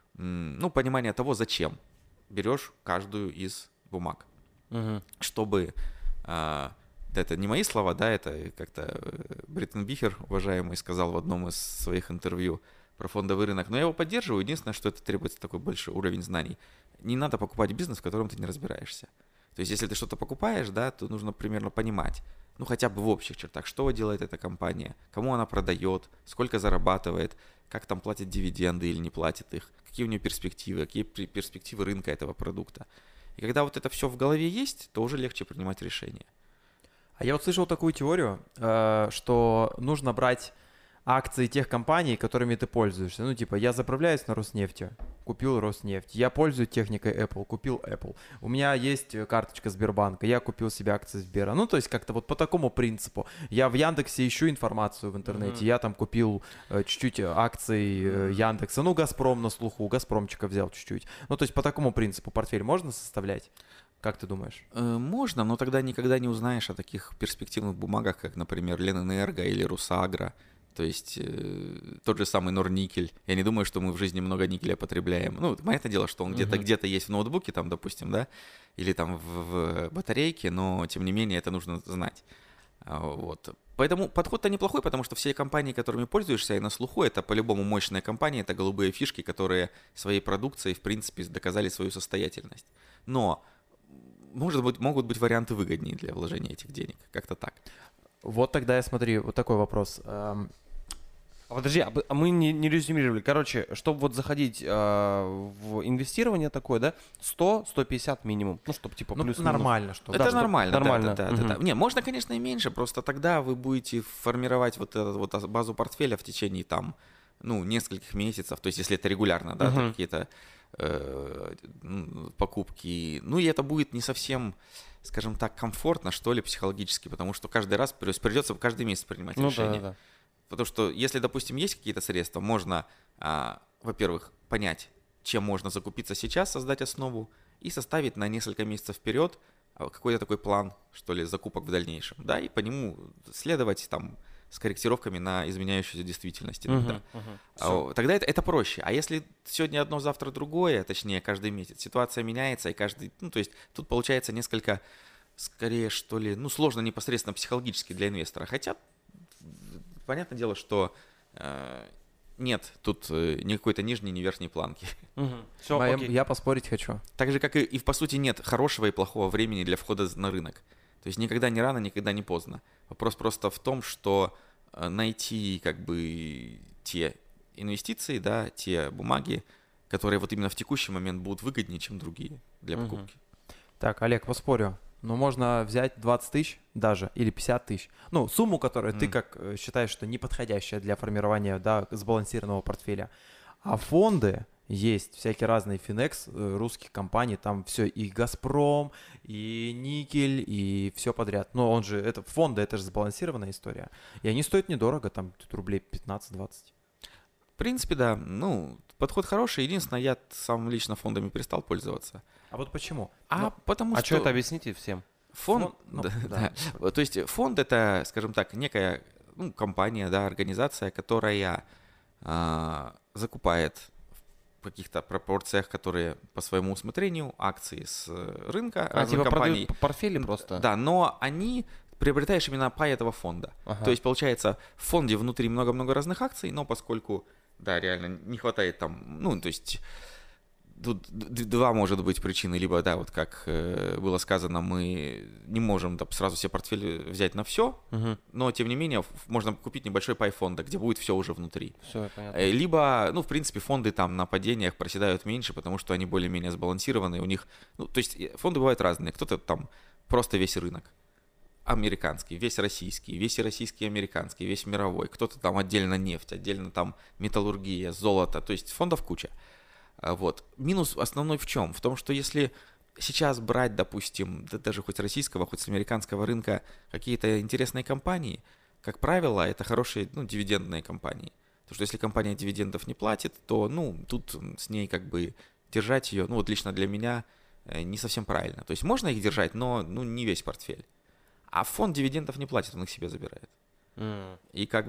S3: м, ну, понимание того, зачем берешь каждую из бумаг.
S2: Мгм.
S3: Чтобы, а, это не мои слова, да, это как-то Бриттон Бихер, уважаемый, сказал в одном из своих интервью про фондовый рынок. Но я его поддерживаю. Единственное, что это требуется такой большой уровень знаний. Не надо покупать бизнес, в котором ты не разбираешься. То есть, если ты что-то покупаешь, да, то нужно примерно понимать, ну, хотя бы в общих чертах, что делает эта компания, кому она продает, сколько зарабатывает, как там платит дивиденды или не платит их, какие у нее перспективы, какие перспективы рынка этого продукта. И когда вот это все в голове есть, то уже легче принимать решения.
S1: А я вот слышал такую теорию, э, что нужно брать акции тех компаний, которыми ты пользуешься. Ну, типа, я заправляюсь на Роснефти, купил Роснефть. Я пользуюсь техникой Apple, купил Apple. У меня есть карточка Сбербанка, я купил себе акции Сбера. Ну, то есть как-то вот по такому принципу. Я в Яндексе ищу информацию в интернете. Mm-hmm. Я там купил э, чуть-чуть акций э, Яндекса. Ну, Газпром на слуху, Газпромчика взял чуть-чуть. Ну, то есть по такому принципу портфель можно составлять? Как ты думаешь?
S3: Э, можно, но тогда никогда не узнаешь о таких перспективных бумагах, как, например, Ленэнерго или Русагра. То есть э, тот же самый Норникель. Я не думаю, что мы в жизни много никеля потребляем. Ну, понятное дело, что он uh-huh. где-то где-то есть в ноутбуке, там, допустим, да, или там в, в батарейке, но тем не менее это нужно знать. Вот. Поэтому подход-то неплохой, потому что все компании, которыми пользуешься и на слуху, это по-любому мощные компании, это голубые фишки, которые своей продукцией, в принципе, доказали свою состоятельность. Но, может быть, могут быть варианты выгоднее для вложения этих денег, как-то так.
S1: Вот тогда я смотри, вот такой вопрос.
S2: А подожди, а мы не, не резюмировали. Короче, чтобы вот заходить э, в инвестирование такое, да, сто - сто пятьдесят минимум. Ну, чтобы типа
S1: ну,
S2: плюс-минус.
S1: Нормально, что
S3: Это
S1: да,
S3: нормально,
S2: что... нормально.
S3: Да, да,
S2: угу.
S3: да, да. Не, можно, конечно, и меньше, просто тогда вы будете формировать вот эту вот базу портфеля в течение там, ну, нескольких месяцев. То есть, если это регулярно, да,
S2: угу.
S3: какие-то э, покупки. Ну, и это будет не совсем, скажем так, комфортно, что ли, психологически, потому что каждый раз придется каждый месяц принимать
S2: ну,
S3: решение.
S2: Да, да.
S3: Потому что если, допустим, есть какие-то средства, можно, а, во-первых, понять, чем можно закупиться сейчас, создать основу и составить на несколько месяцев вперед какой-то такой план, что ли, закупок в дальнейшем, да, и по нему следовать там с корректировками на изменяющуюся действительность иногда.
S2: Uh-huh, uh-huh.
S3: А, тогда это, это проще. А если сегодня одно, завтра другое, точнее, каждый месяц, ситуация меняется, и каждый, ну, то есть тут получается несколько, скорее, что ли, ну, сложно непосредственно психологически для инвестора, хотя понятное дело, что э, нет тут э, ни какой-то нижней, ни верхней планки.
S2: Угу. Все,
S1: я, я поспорить хочу.
S3: Так же, как и, и, по сути, нет хорошего и плохого времени для входа на рынок. То есть никогда не рано, никогда не поздно. Вопрос просто в том, что э, найти как бы те инвестиции, да, те бумаги, которые вот именно в текущий момент будут выгоднее, чем другие для покупки.
S1: Угу. Так, Олег, поспорю. Но можно взять двадцать тысяч даже или пятьдесят тысяч. Ну, сумму, которую mm. ты как считаешь, что неподходящая для формирования, да, сбалансированного портфеля. А фонды есть, всякие разные Финекс русских компаний, там все и Газпром, и Никель, и все подряд. Но он же, это фонды, это же сбалансированная история. И они стоят недорого, там рублей пятнадцать-двадцать.
S3: В принципе, да. Ну, подход хороший. Единственное, я сам лично фондами перестал пользоваться.
S1: А вот почему?
S3: А
S1: ну,
S3: потому
S2: а
S3: что...
S2: что это объясните всем?
S3: Фонд,
S1: фонд ну,
S3: да,
S1: да.
S3: Да. То есть фонд это, скажем так, некая ну, компания, да, организация, которая а, закупает в каких-то пропорциях, которые по своему усмотрению акции с рынка
S2: а,
S3: разных
S2: типа
S3: компаний.
S2: Портфели просто.
S3: Да, но они приобретаешь именно пай этого фонда.
S2: Ага.
S3: То есть получается в фонде внутри много-много разных акций, но поскольку да реально не хватает там, ну то есть тут два может быть причины, либо, да, вот как э, было сказано, мы не можем да, сразу себе портфель взять на все,
S2: угу.
S3: но, тем не менее, можно купить небольшой пай фонда, где будет все уже внутри.
S2: Все, понятно.
S3: Э, либо, ну, в принципе, фонды там на падениях проседают меньше, потому что они более-менее сбалансированы, у них, ну, то есть фонды бывают разные, кто-то там просто весь рынок американский, весь российский, весь российский американский, весь мировой, кто-то там отдельно нефть, отдельно там металлургия, золото, то есть фондов куча. Вот. Минус основной в чем? В том, что если сейчас брать, допустим, да, даже хоть российского, хоть с американского рынка какие-то интересные компании, как правило, это хорошие, ну, дивидендные компании. Потому что если компания дивидендов не платит, то, ну, тут с ней как бы держать ее, ну, вот лично для меня не совсем правильно. То есть можно их держать, но, ну, не весь портфель. А фонд дивидендов не платит, он их себе забирает. Mm. И как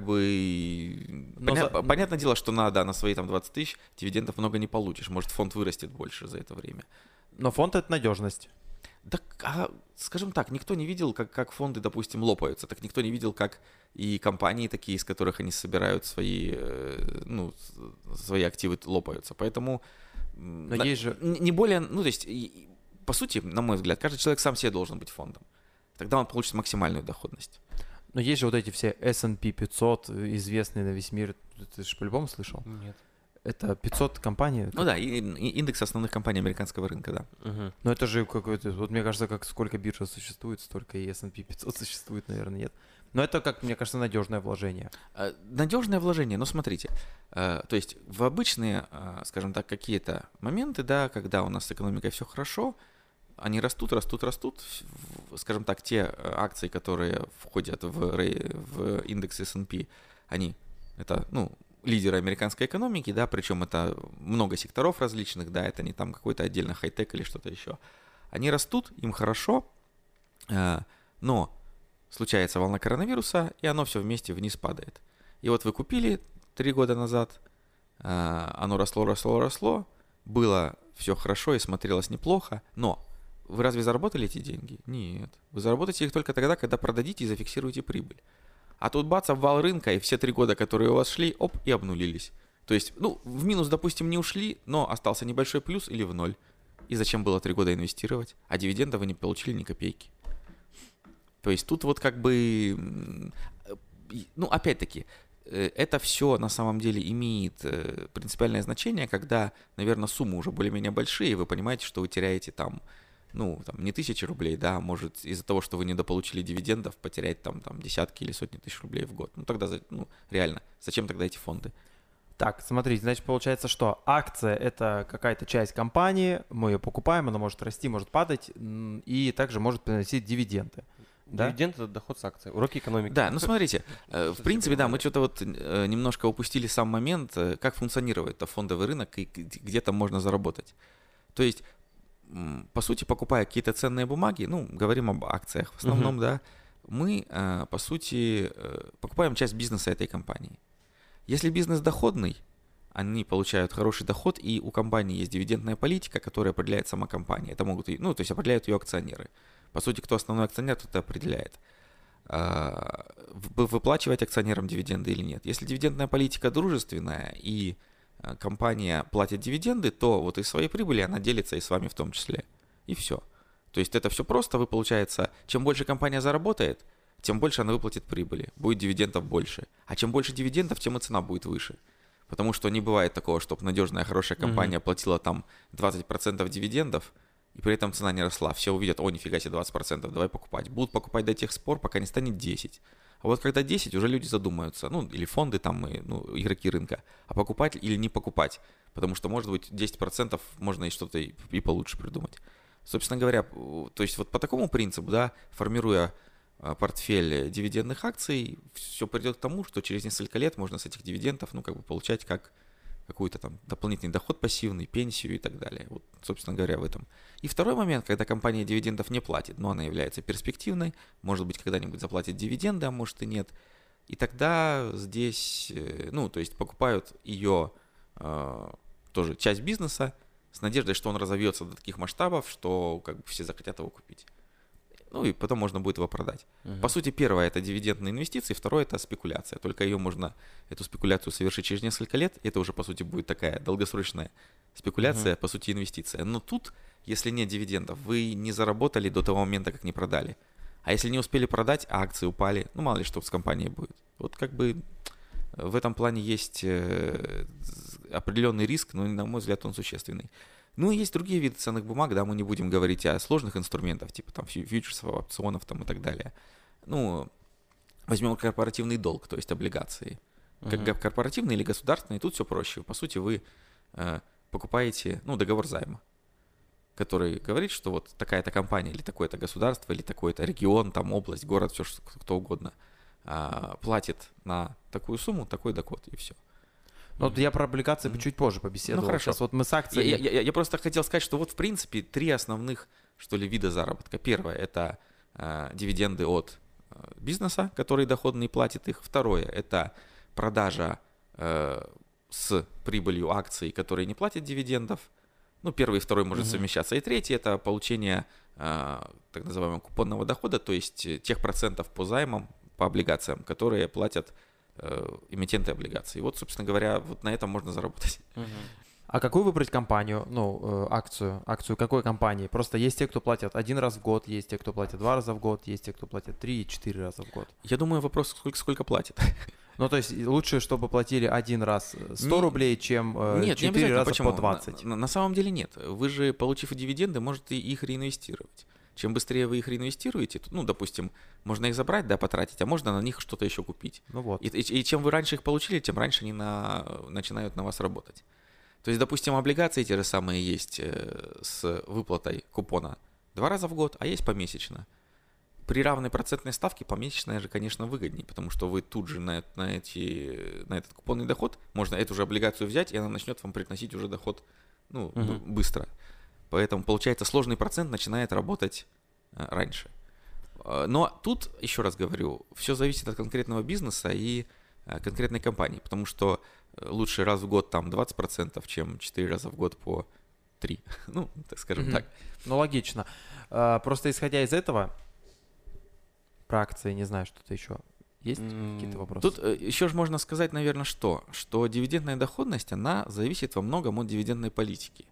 S3: бы поня... за... понятное дело, что на, да, на свои там двадцать тысяч дивидендов много не получишь. Может, фонд вырастет больше за это время.
S1: Но фонд — это надежность.
S3: Да, а, скажем так, никто не видел, как, как фонды, допустим, лопаются, так никто не видел, как и компании такие, из которых они собирают свои, э, ну, свои активы, лопаются. Поэтому
S1: Но
S3: на,
S1: есть же...
S3: не более, ну, то есть, и, по сути, на мой взгляд, каждый человек сам себе должен быть фондом. Тогда он получит максимальную доходность.
S1: Но есть же вот эти все эс энд пи пятьсот, известные на весь мир. Ты же по-любому слышал?
S2: Нет.
S1: Это пятьсот компаний.
S3: Ну да, и, и индекс основных компаний американского рынка, да.
S2: Угу.
S1: Но это же какой-то... Вот мне кажется, как сколько биржа существует, столько и эс энд пи пятьсот существует, наверное, нет. Но это, как мне кажется, надежное вложение.
S3: Надежное вложение, но смотрите, э, то есть в обычные, э, скажем так, какие-то моменты, да, когда у нас с экономикой все хорошо, они растут, растут, растут, в- скажем так, те э, акции, которые входят в, рей- в индекс эс энд пи, они, это, ну, лидеры американской экономики, да, причем это много секторов различных, да, это не там какой-то отдельно хай-тек или что-то еще. Они растут, им хорошо, э, но случается волна коронавируса, и оно все вместе вниз падает. И вот вы купили три года назад, э, оно росло, росло, росло, было все хорошо и смотрелось неплохо, но вы разве заработали эти деньги? Нет. Вы заработаете их только тогда, когда продадите и зафиксируете прибыль. А тут бац, обвал рынка, и все три года, которые у вас шли, оп, и обнулились. То есть, ну, в минус, допустим, не ушли, но остался небольшой плюс или в ноль. И зачем было три года инвестировать? А дивиденда вы не получили ни копейки. То есть тут вот как бы, м, и- ну, опять-таки, э, это все на самом деле имеет э, принципиальное значение, когда, наверное, суммы уже более-менее большие, и вы понимаете, что вы теряете там, ну, там, не тысячи рублей, да, а может из-за того, что вы недополучили дивидендов, потерять там, там десятки или сотни тысяч рублей в год. Ну, тогда, за- ну, реально, зачем тогда эти фонды?
S1: Так, смотрите, значит, получается, что акция — это какая-то часть компании, мы ее покупаем, она может расти, может падать, м, и также может приносить дивиденды. Да?
S2: Дивиденд — это доход с акций. Уроки экономики.
S3: Да, ну смотрите, э, в
S2: Что
S3: принципе,
S2: тебе
S3: да, мы
S2: надо?
S3: что-то вот э, немножко упустили сам момент, э, как функционирует фондовый рынок и г- где там можно заработать. То есть, м, по сути, покупая какие-то ценные бумаги, ну, говорим об акциях в основном,
S2: Мгм.
S3: да, мы, э, по сути, э, покупаем часть бизнеса этой компании. Если бизнес доходный, они получают хороший доход, и у компании есть дивидендная политика, которая определяет сама компания. Это могут, и- ну, то есть определяют ее акционеры. По сути, кто основной акционер, тот это определяет. А, в- Выплачивать акционерам дивиденды или нет. Если дивидендная политика дружественная и а, компания платит дивиденды, то вот из своей прибыли она делится и с вами в том числе. И все. То есть это все просто. Вы, получается, чем больше компания заработает, тем больше она выплатит прибыли. Будет дивидендов больше. А чем больше дивидендов, тем и цена будет выше. Потому что не бывает такого, чтобы надежная, хорошая компания платила там двадцать процентов дивидендов, и при этом цена не росла. Все увидят, о, нифига себе, двадцать процентов, давай покупать. Будут покупать до тех пор, пока не станет десять. А вот когда десять, уже люди задумаются, ну, или фонды там, и, ну, игроки рынка, а покупать или не покупать. Потому что, может быть, десять процентов можно и что-то и, и получше придумать. Собственно говоря, то есть вот по такому принципу, да, формируя а, портфель дивидендных акций, все придет к тому, что через несколько лет можно с этих дивидендов, ну, как бы получать как какой-то там дополнительный доход пассивный, пенсию и так далее. Вот, собственно говоря, в этом. И второй момент, когда компания дивидендов не платит, но она является перспективной, может быть, когда-нибудь заплатит дивиденды, а может и нет. И тогда здесь, э, ну, то есть покупают ее э, тоже часть бизнеса с надеждой, что он разовьется до таких масштабов, что как бы все захотят его купить. Ну и потом можно будет его продать.
S2: Мгм.
S3: По сути, первое это дивидендные инвестиции, второе это спекуляция. Только ее можно, эту спекуляцию совершить через несколько лет. И это уже, по сути, будет такая долгосрочная спекуляция,
S2: Мгм.
S3: по сути, инвестиция. Но тут, если нет дивидендов, вы не заработали до того момента, как не продали. А если не успели продать, а акции упали, ну мало ли что с компанией будет. Вот как бы в этом плане есть э, определенный риск, но, на мой взгляд, он существенный. Ну и есть другие виды ценных бумаг, да, мы не будем говорить о сложных инструментах, типа там фью- фьючерсов, опционов там и так далее. Ну, возьмем корпоративный долг, то есть облигации. Как
S2: Мгм.
S3: га- корпоративный или государственный, тут все проще. По сути, вы э, покупаете, ну, договор займа, который говорит, что вот такая-то компания или такое-то государство, или такой-то регион, там область, город, все кто угодно, а, платит на такую сумму, такой доход, и все.
S1: Ну, вот я про облигации
S3: Мгм.
S1: чуть позже побеседую.
S3: Ну, хорошо.
S1: Сейчас вот мы с
S3: Я,
S1: акцией...
S3: я- я- я просто хотел сказать, что вот в принципе три основных, что ли, вида заработка. Первое – это э, дивиденды от э, бизнеса, который доходный платит их. Второе – это продажа э, с прибылью акций, которые не платят дивидендов. Ну, первый и второй может
S2: Мгм.
S3: совмещаться. И третий – это получение а, так называемого купонного дохода, то есть э, тех процентов по займам, по облигациям, которые платят э, эмитенты облигаций. И вот, собственно говоря, вот на этом можно заработать.
S2: Мгм.
S1: А какую выбрать компанию, ну, э, акцию? Акцию какой компании? Просто есть те, кто платят один раз в год, есть те, кто платят два раза в год, есть те, кто платят три и четыре раза в год.
S3: Я думаю, вопрос, сколько, сколько платит.
S1: Ну, то есть и лучше, чтобы платили один раз сто
S3: Не-
S1: рублей, чем э,
S3: Нет, не
S1: четыре
S3: обязательно.
S1: раза
S3: Почему?
S1: по двадцать.
S3: На, на самом деле нет. Вы же, получив дивиденды, можете их реинвестировать. Чем быстрее вы их реинвестируете, то, ну, допустим, можно их забрать, да, потратить, а можно на них что-то еще купить.
S1: Ну вот.
S3: И, и- и чем вы раньше их получили, тем раньше они на, начинают на вас работать. То есть, допустим, облигации те же самые есть э, с выплатой купона два раза в год, а есть помесячно. При равной процентной ставке помесячная же, конечно, выгоднее, потому что вы тут же на, на, эти, на этот купонный доход, можно эту же облигацию взять, и она начнет вам приносить уже доход, ну,
S2: Мгм.
S3: б- быстро. Поэтому, получается, сложный процент начинает работать э, раньше. Э, Но тут, еще раз говорю, все зависит от конкретного бизнеса и э, конкретной компании, потому что э, лучше раз в год там двадцать процентов, чем четыре раза в год по три. Ну, так скажем
S1: Мгм.
S3: так.
S1: Ну, логично. А, просто исходя из этого, про акции, не знаю, что-то еще. Есть
S2: М,
S1: какие-то вопросы?
S3: Тут э, еще же можно сказать, наверное, что? Что дивидендная доходность, она зависит во многом от дивидендной политики.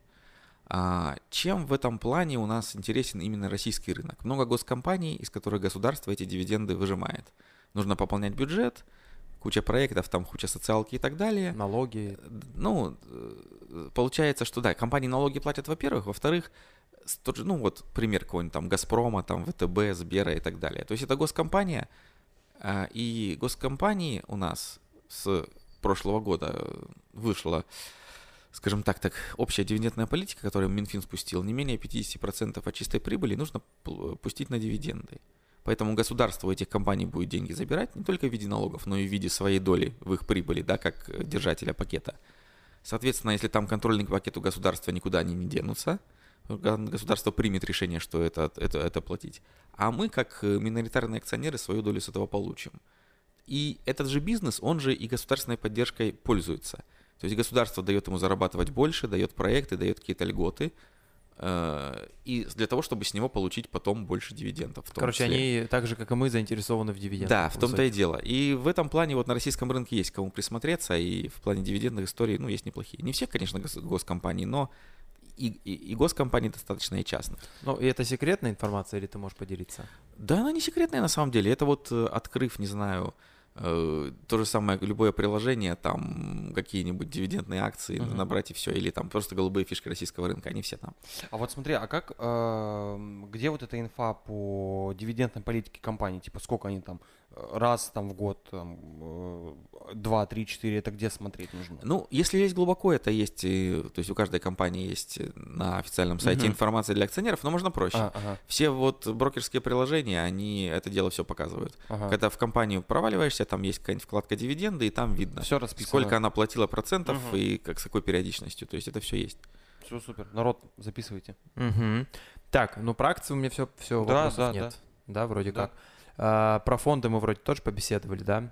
S3: А чем в этом плане у нас интересен именно российский рынок? Много госкомпаний, из которых государство эти дивиденды выжимает. Нужно пополнять бюджет, куча проектов, там куча социалки и так далее.
S1: Налоги.
S3: Ну, э, получается, что да, компании налоги платят, во-первых, во-вторых, с- тот же, ну вот пример какой-нибудь там Газпрома, там ВТБ, Сбера и так далее. То есть это госкомпания, а, и госкомпании у нас с прошлого года э, вышла, скажем так, так общая дивидендная политика, которую Минфин спустил, не менее пятьдесят процентов от чистой прибыли нужно п- пустить на дивиденды. Поэтому государство у этих компаний будет деньги забирать не только в виде налогов, но и в виде своей доли в их прибыли, да, как э, держателя пакета. Соответственно, если там контрольный пакет у государства, никуда они не денутся, га- государство примет решение, что это, это, это платить. А мы, как э, миноритарные акционеры, свою долю с этого получим. И этот же бизнес, он же и государственной поддержкой пользуется. То есть государство дает ему зарабатывать больше, дает проекты, дает какие-то льготы, э, и для того, чтобы с него получить потом больше дивидендов. в том
S1: Короче,
S3: числе.
S1: они так же, как и мы, заинтересованы в дивидендах.
S3: Да, в том-то и
S1: высоких.
S3: дело. И в этом плане вот на российском рынке есть кому присмотреться, и в плане дивидендных историй, ну, есть неплохие. Не все, конечно, гос- госкомпании, но и, и, и госкомпаний достаточно, и частных.
S1: Ну, и это секретная информация, или ты можешь поделиться?
S3: Да, она не секретная на самом деле. Это вот э, открыв, не знаю, э, то же самое, любое приложение, там какие-нибудь дивидендные акции
S2: Мгм.
S3: набрать и все, или там просто голубые фишки российского рынка, они все там.
S2: А вот смотри, а как, эм, где вот эта инфа по дивидендной политике компании? Типа сколько они там, э, раз там в год, там, э, два, три, четыре, это где смотреть нужно?
S3: Ну, если лезть глубоко, это есть, э, то есть у каждой компании есть э, на официальном сайте
S2: Мгм.
S3: информация для акционеров, но можно проще.
S2: А, ага,
S3: Все вот брокерские приложения, они это дело все показывают.
S2: ага.
S3: Когда в компанию проваливаешься, там есть какая-нибудь вкладка дивиденды, и там видно,
S2: Все расписано.
S3: сколько она платила процентов
S2: Мгм.
S3: и как, с какой периодичностью. То есть это все есть.
S2: Все супер. Народ, записывайте.
S1: Мгм. Так, ну про акции у меня все, все
S2: Да,
S1: вопросов
S2: да,
S1: нет. Да, вроде
S2: Да.
S1: как. А, про фонды мы вроде тоже побеседовали, да?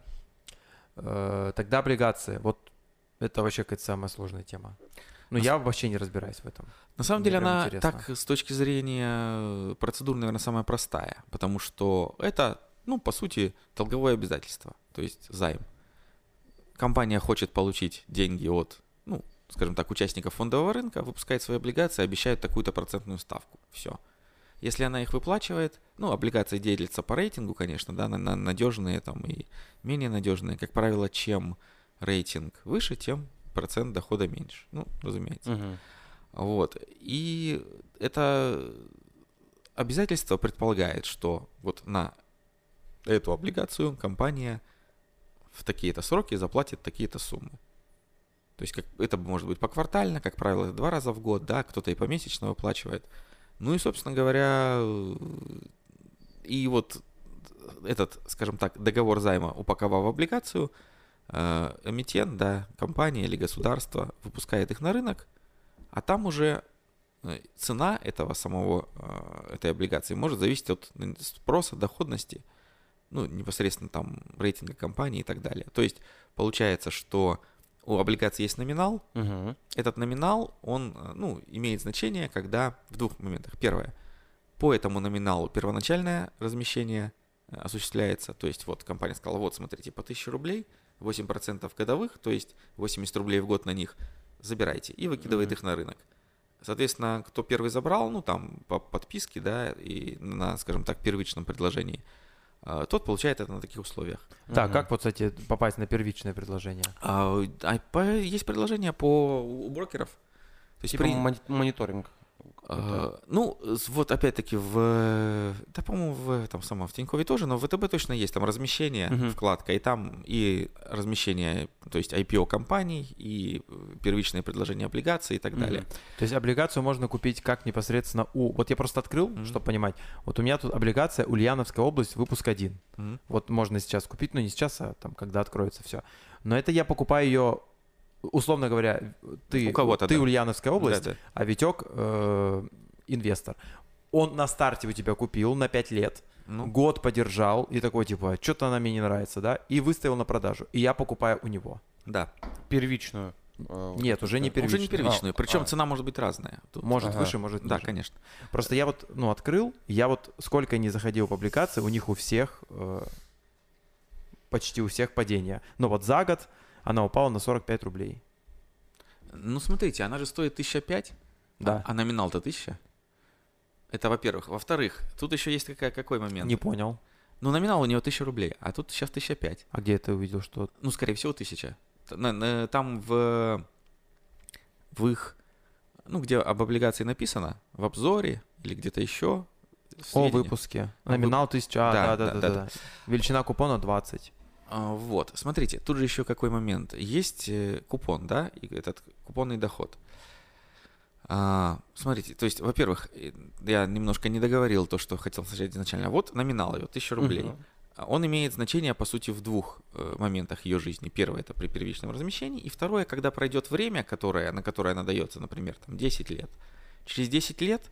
S1: Э, тогда облигации. Вот это вообще какая-то самая сложная тема. Ну,
S3: На
S1: я вообще не разбираюсь в этом.
S3: На самом
S1: Мне
S3: деле
S1: прям
S3: она
S1: интересно.
S3: так с точки зрения процедур, наверное, самая простая, потому что это, ну, по сути, долговое обязательство, то есть займ. Компания хочет получить деньги от, ну, скажем так, участников фондового рынка, выпускает свои облигации, обещает такую-то процентную ставку. Все. Если она их выплачивает, ну, облигации делятся по рейтингу, конечно, да, на, на надежные там и менее надежные. Как правило, чем рейтинг выше, тем процент дохода меньше. Ну, разумеется.
S2: Мгм.
S3: Вот. И это обязательство предполагает, что вот на эту облигацию компания в такие-то сроки заплатит такие-то суммы. То есть как, это может быть поквартально, как правило, два раза в год, да, кто-то и помесячно выплачивает. Ну и, собственно говоря, э, и вот этот, скажем так, договор займа упаковав в облигацию, э, эмитент, да, компания или государство выпускает их на рынок, а там уже э, цена этого самого, э, этой облигации может зависеть от н- спроса, доходности, ну, непосредственно там рейтинга компании и так далее. То есть получается, что у облигаций есть номинал.
S2: Мгм.
S3: Этот номинал, он, э, ну, имеет значение, когда в двух моментах. Первое. По этому номиналу первоначальное размещение э, осуществляется. То есть вот компания сказала, вот смотрите, по тысяче рублей, восемь процентов годовых, то есть восемьдесят рублей в год на них забирайте и выкидывает
S2: Мгм.
S3: их на рынок. Соответственно, кто первый забрал, ну там по подписке, да, и на, скажем так, первичном предложении, э, тот получает это на таких условиях.
S1: Так,
S2: Мгм.
S1: как вот, кстати, попасть на первичное предложение?
S3: А, а по- есть предложения по у брокеров. То есть
S2: Типа
S3: при-
S2: мони- мониторинг. какой-то.
S3: А, ну, с- вот опять-таки в, да, по-моему, в этом самом, в Тинькове тоже, но в ВТБ точно есть там размещение,
S2: Мгм.
S3: вкладка, и там и размещение, то есть ай пи о компаний, и э, первичные предложения облигаций и так далее.
S2: Мгм.
S1: То есть облигацию можно купить как непосредственно у... Вот я просто открыл,
S3: Мгм.
S1: чтобы понимать. Вот у меня тут облигация Ульяновская область, выпуск один.
S3: Мгм.
S1: Вот можно сейчас купить, но не сейчас, а там, когда откроется все. Но это я покупаю ее, условно говоря, ты,
S3: У кого-то,
S1: ты
S3: да.
S1: Ульяновская область,
S3: Да-да.
S1: а Витек э, инвестор. Он на старте у тебя купил на пять лет,
S3: Ну,
S1: год подержал и такой типа, что-то она мне не нравится, да, и выставил на продажу. И я покупаю у него.
S3: да.
S2: Первичную. э,
S1: Нет,
S2: вот
S1: уже не
S2: это.
S1: первичную.
S3: Уже не первичную,
S2: А,
S3: причем
S2: а.
S3: цена может быть разная. Тут-
S1: Может
S2: Ага.
S1: выше, может
S3: Да,
S1: ниже.
S3: конечно.
S1: Просто я вот, ну, открыл, я вот сколько не заходил в облигации, у них у всех, э, почти у всех падение. Но вот за год она упала на сорок пять рублей.
S3: Ну, смотрите, она же стоит тысяча пять,
S1: Да.
S3: а номинал-то тысяча. Это во-первых. Во-вторых, тут еще есть какая, какой момент.
S1: Не понял.
S3: Ну, номинал у него тысяча рублей, а тут сейчас тысяча пять.
S1: А где ты увидел, что...
S3: Ну, скорее всего, тысяча. Т- на- на- Там в, в их, ну, где об облигации написано, в обзоре или где-то еще. в
S1: О
S3: сведениях.
S1: выпуске.
S3: О,
S1: Номинал тысяча. А,
S3: Да,
S1: да, да,
S3: да,
S1: да,
S3: да,
S1: да. Величина купона двадцать.
S3: А, Вот, смотрите, тут же еще какой момент. Есть э, купон, да, и этот купонный доход. А, смотрите, то есть, во-первых, э, я немножко не договорил то, что хотел сказать изначально. Вот номинал ее, тысяча рублей.
S2: Мгм.
S3: А Он имеет значение, по сути, в двух э, моментах ее жизни. Первое – это при первичном размещении, и второе, когда пройдет время, которое, на которое она дается, например, там, десять лет. Через десять лет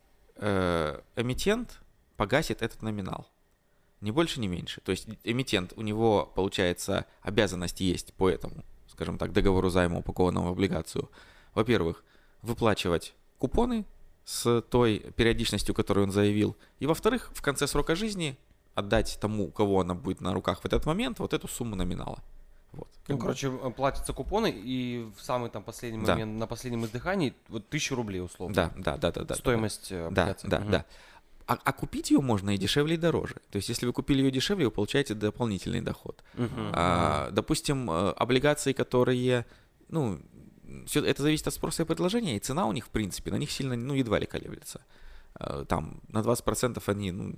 S3: э, эмитент погасит этот номинал. Ни больше, ни меньше. То есть эмитент, у него, получается, обязанность есть по этому, скажем так, договору займа, упакованному в облигацию. Во-первых, выплачивать купоны с той периодичностью, которую он заявил. И во-вторых, в конце срока жизни отдать тому, у кого она будет на руках в этот момент, вот эту сумму номинала. Вот. Как
S2: Ну,
S3: бы.
S2: короче, э, платятся купоны, и в самый там последний
S3: Да.
S2: момент, на последнем издыхании, вот тысячу рублей условно.
S3: Да, да, да, да, да.
S2: Стоимость э,
S3: Да,
S2: облигаций.
S3: да,
S2: Мгм.
S3: да. А, а купить ее можно и дешевле, и дороже. То есть, если вы купили ее дешевле, вы получаете дополнительный доход.
S2: Мгм.
S3: А, допустим, э, облигации, которые, ну, всё это зависит от спроса и предложения, и цена у них, в принципе, на них сильно, ну, едва ли колеблется. Э, Там на двадцать процентов они, ну,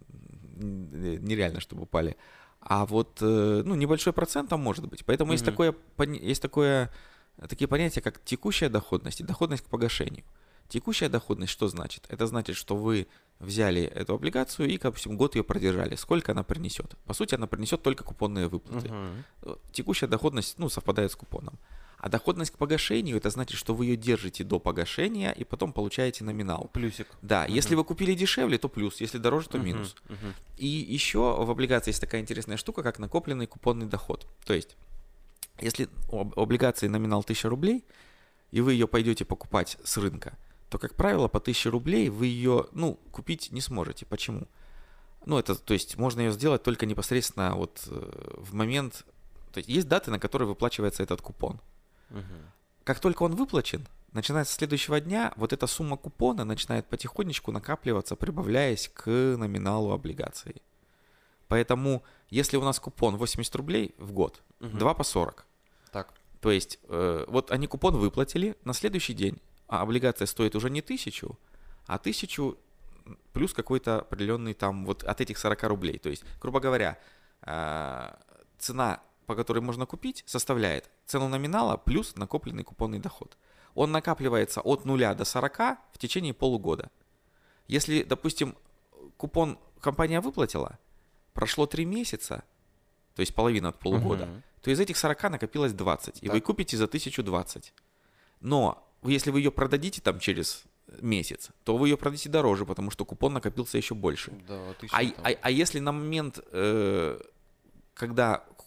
S3: н- нереально, чтобы упали. А вот, э, ну, небольшой процент там может быть. Поэтому есть
S2: Мгм.
S3: такое, пони- есть такое, такие понятия, как текущая доходность и доходность к погашению. Текущая доходность что значит? Это значит, что вы взяли эту облигацию и, допустим, год ее продержали. Сколько она принесет? По сути, она принесет только купонные выплаты.
S2: Мгм.
S3: Э, Текущая доходность, ну, совпадает с купоном. А доходность к погашению, это значит, что вы ее держите до погашения и потом получаете номинал.
S2: Плюсик.
S3: Да,
S2: Мгм.
S3: если вы купили дешевле, то плюс, если дороже, то
S2: Мгм.
S3: минус.
S2: Мгм.
S3: И еще в облигации есть такая интересная штука, как накопленный купонный доход. То есть, если у об- облигации номинал тысяча рублей, и вы ее пойдете покупать с рынка, то, как правило, по тысяче рублей вы ее, ну, купить не сможете. Почему? Ну, это, то есть, можно ее сделать только непосредственно вот э, в момент, то есть, есть даты, на которые выплачивается этот купон.
S2: Мгм.
S3: Как только он выплачен, начиная с следующего дня, вот эта сумма купона начинает потихонечку накапливаться, прибавляясь к номиналу облигации. Поэтому, если у нас купон восемьдесят рублей в год,
S2: Мгм.
S3: два по сорок,
S2: Так.
S3: то есть э, вот они купон выплатили, на следующий день, а облигация стоит уже не тысячу, а тысячу плюс какой-то определенный там вот от этих сорока рублей. То есть, грубо говоря, э, цена, по которой можно купить, составляет цену номинала плюс накопленный купонный доход. Он накапливается от нуля до сорока в течение полугода. Если, допустим, купон компания выплатила, прошло три месяца, то есть половина от полугода,
S2: Мгм.
S3: то из этих сорока накопилось двадцать, и вы
S2: Так.
S3: купите за тысячу двадцать. Но если вы ее продадите там через месяц, то вы ее продадите дороже, потому что купон накопился еще больше.
S2: Да, тысяча
S3: А,
S2: там.
S3: а, а если на момент, э, когда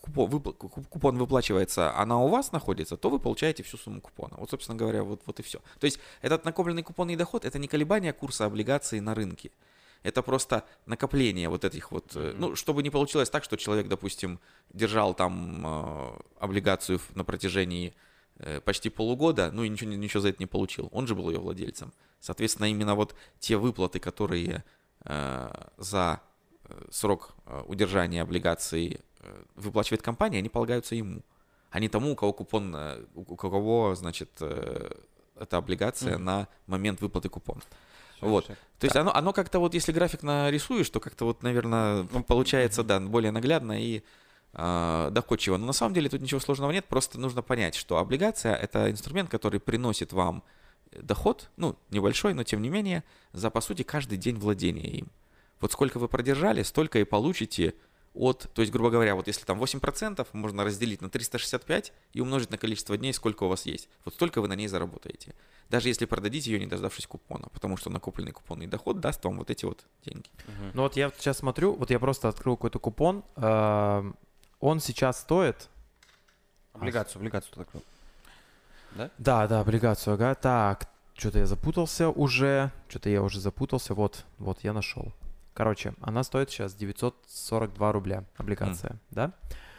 S3: купон, выпла- купон выплачивается, она у вас находится, то вы получаете всю сумму купона. Вот, собственно говоря, вот, вот и все. То есть этот накопленный купонный доход – это не колебание курса облигаций на рынке. Это просто накопление вот этих вот, mm-hmm. ну, чтобы не получилось так, что человек, допустим, держал там э, облигацию на протяжении э, почти полугода, ну и ничего, ничего за это не получил. Он же был ее владельцем. Соответственно, именно вот те выплаты, которые э, за срок удержания облигаций выплачивает компания, они полагаются ему, а не тому, у кого купон, у кого, значит, эта облигация mm-hmm. на момент выплаты купона. Вот. То да. есть оно, оно как-то вот, если график нарисуешь, то как-то вот, наверное, ну, получается, mm-hmm. да, более наглядно и э, доходчиво. Но на самом деле тут ничего сложного нет, просто нужно понять, что облигация – это инструмент, который приносит вам доход, ну, небольшой, но тем не менее, за, по сути, каждый день владения им. Вот сколько вы продержали, столько и получите от, то есть, грубо говоря, вот если там восемь процентов можно разделить на триста шестьдесят пять и умножить на количество дней, сколько у вас есть. Вот столько вы на ней заработаете. Даже если продадите ее, не дождавшись купона, потому что накопленный купонный доход даст вам вот эти вот деньги.
S1: Угу. Ну вот я сейчас смотрю, вот я просто открыл какой-то купон, э, он сейчас стоит...
S2: Облигацию, облигацию ты открыл. Да?
S1: Да, да, облигацию, ага. Так, что-то я запутался уже, что-то я уже запутался, вот, вот я нашел. Короче, она стоит сейчас девятьсот сорок два рубля, облигация, mm. да?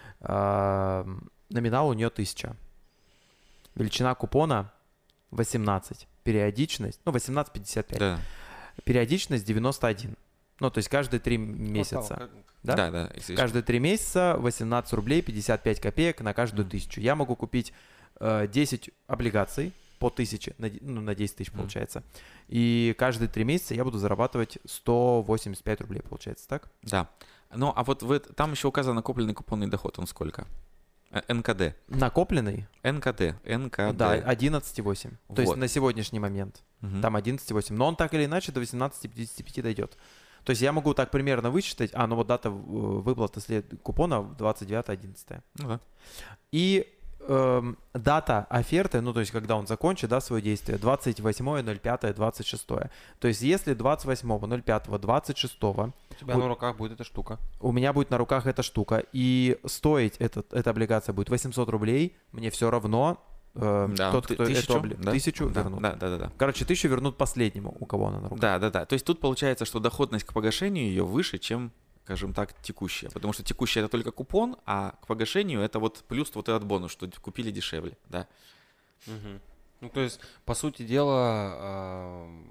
S1: А, номинал у нее тысяча. Величина купона восемнадцать. Периодичность, ну, восемнадцать пятьдесят пять.
S3: Да.
S1: Периодичность девяносто один. Ну, то есть каждые три месяца. Да?
S3: Да, да.
S1: Каждые три месяца восемнадцать рублей пятьдесят пять копеек на каждую mm. тысячу. Я могу купить э, десять облигаций по тысяче, ну, на десять тысяч получается. Mm. И каждые три месяца я буду зарабатывать сто восемьдесят пять рублей, получается, так?
S3: Да. Ну, а вот вы, там еще указан накопленный купонный доход, он сколько? эн ка дэ.
S1: Накопленный?
S3: эн ка дэ. эн ка дэ.
S1: Да, одиннадцать целых восемь. Вот. То есть на сегодняшний момент. Угу. Там одиннадцать целых восемь. Но он так или иначе до восемнадцати пятидесяти пяти дойдет. То есть я могу так примерно высчитать, а, ну вот дата выплаты след... купона двадцать девятое одиннадцатое.
S3: Ну да.
S1: И эм, дата оферты, ну то есть когда он закончит, да, свое действие, двадцать восьмое ноль пятое двадцать шестое. То есть если двадцать восьмого ноль пятого двадцать шестого
S2: у тебя у... на руках будет эта штука.
S1: У меня будет на руках эта штука. И стоить этот, эта облигация будет восемьсот рублей, мне все равно. Э,
S3: да,
S1: тот, кто
S3: тысячу,
S1: эту обли...
S3: да?
S1: тысячу
S3: да,
S1: вернут.
S3: Да, да, да, да.
S1: Короче, тысячу вернут последнему, у кого она на руках.
S3: Да, да, да. То есть тут получается, что доходность к погашению ее выше, чем, скажем так, текущая. Потому что текущая это только купон, а к погашению это вот плюс вот этот бонус, что купили дешевле, да.
S2: Угу. Ну, то есть, по сути дела, э,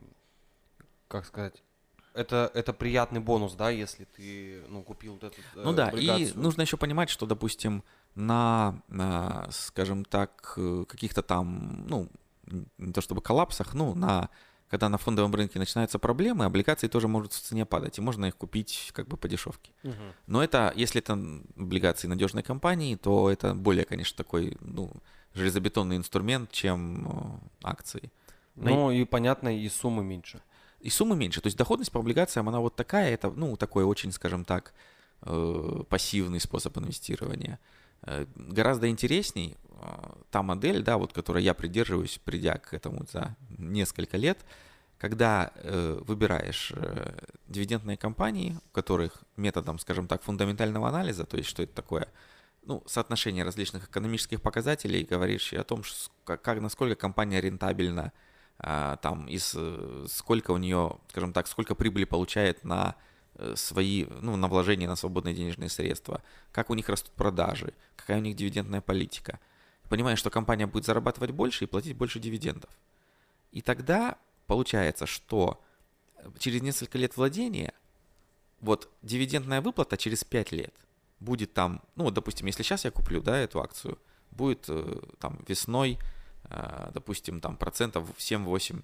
S2: как сказать, это, это приятный бонус, да, если ты, ну, купил вот эту э,
S3: Ну да,
S2: облигацию.
S3: и нужно еще понимать, что, допустим, на, на, скажем так, каких-то там, ну, не то чтобы коллапсах, ну, на, когда на фондовом рынке начинаются проблемы, облигации тоже могут в цене падать, и можно их купить как бы по дешевке.
S2: Угу.
S3: Но это, если это облигации надежной компании, то это более, конечно, такой, ну, железобетонный инструмент, чем акции.
S2: Ну, и понятно, и суммы меньше.
S3: И суммы меньше. То есть доходность по облигациям, она вот такая, это, ну, такой очень, скажем так, э, пассивный способ инвестирования. Э, гораздо интересней э, та модель, да, вот, которой я придерживаюсь, придя к этому за несколько лет, когда э, выбираешь э, дивидендные компании, у которых методом, скажем так, фундаментального анализа, то есть что это такое, ну, соотношение различных экономических показателей, говоришь о том, как, как, насколько компания рентабельна, а, там, из, сколько у нее, скажем так, сколько прибыли получает на свои, ну, на вложения на свободные денежные средства, как у них растут продажи, какая у них дивидендная политика. Понимаешь, что компания будет зарабатывать больше и платить больше дивидендов. И тогда получается, что через несколько лет владения вот дивидендная выплата через пять лет будет там, ну, вот, допустим, если сейчас я куплю, да, эту акцию, будет там весной, допустим, там процентов семь-восемь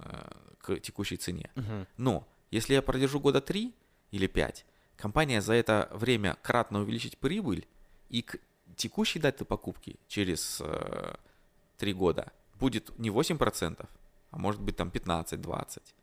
S3: к текущей цене. Uh-huh. Но если я продержу года три или пять, компания за это время кратно увеличит прибыль, и к текущей дате покупки через э, три года будет не восемь процентов, а может быть там пятнадцать-двадцать.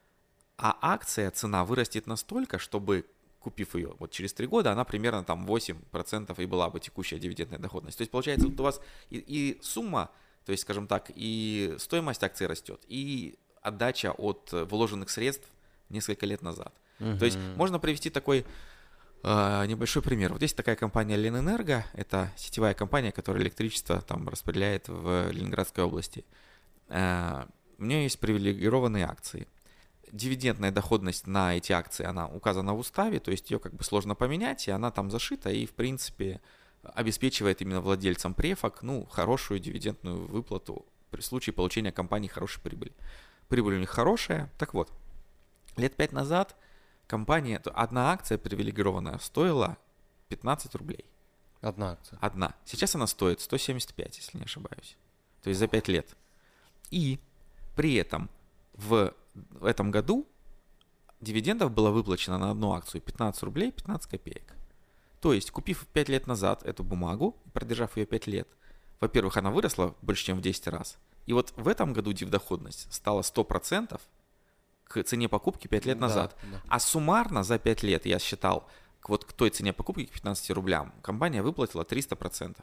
S3: А акция, цена вырастет настолько, чтобы, купив ее вот через три года, она примерно там восемь процентов и была бы текущая дивидендная доходность. То есть получается, вот у вас и, и сумма, то есть, скажем так, и стоимость акции растет, и отдача от вложенных средств несколько лет назад. Uh-huh. То есть можно привести такой А, небольшой пример. Вот есть такая компания Ленэнерго, это сетевая компания, которая электричество там распределяет в Ленинградской области. А, у нее есть привилегированные акции. Дивидендная доходность на эти акции, она указана в уставе, то есть ее как бы сложно поменять, и она там зашита, и в принципе обеспечивает именно владельцам префак, ну, хорошую дивидендную выплату при случае получения компании хорошей прибыли. Прибыль у них хорошая. Так вот, лет пять назад компания, одна акция привилегированная стоила пятнадцать рублей.
S2: Одна акция.
S3: Одна. Сейчас она стоит сто семьдесят пять, если не ошибаюсь. То есть за пять лет. И при этом в этом году дивидендов было выплачено на одну акцию пятнадцать рублей пятнадцать копеек. То есть, купив пять лет назад эту бумагу, продержав ее пять лет, во-первых, она выросла больше, чем в десять раз. И вот в этом году дивдоходность стала сто процентов к цене покупки пять лет
S2: Да,
S3: назад.
S2: да.
S3: А суммарно за пять лет, я считал, к, вот, к той цене покупки, к пятнадцати рублям, компания выплатила триста процентов.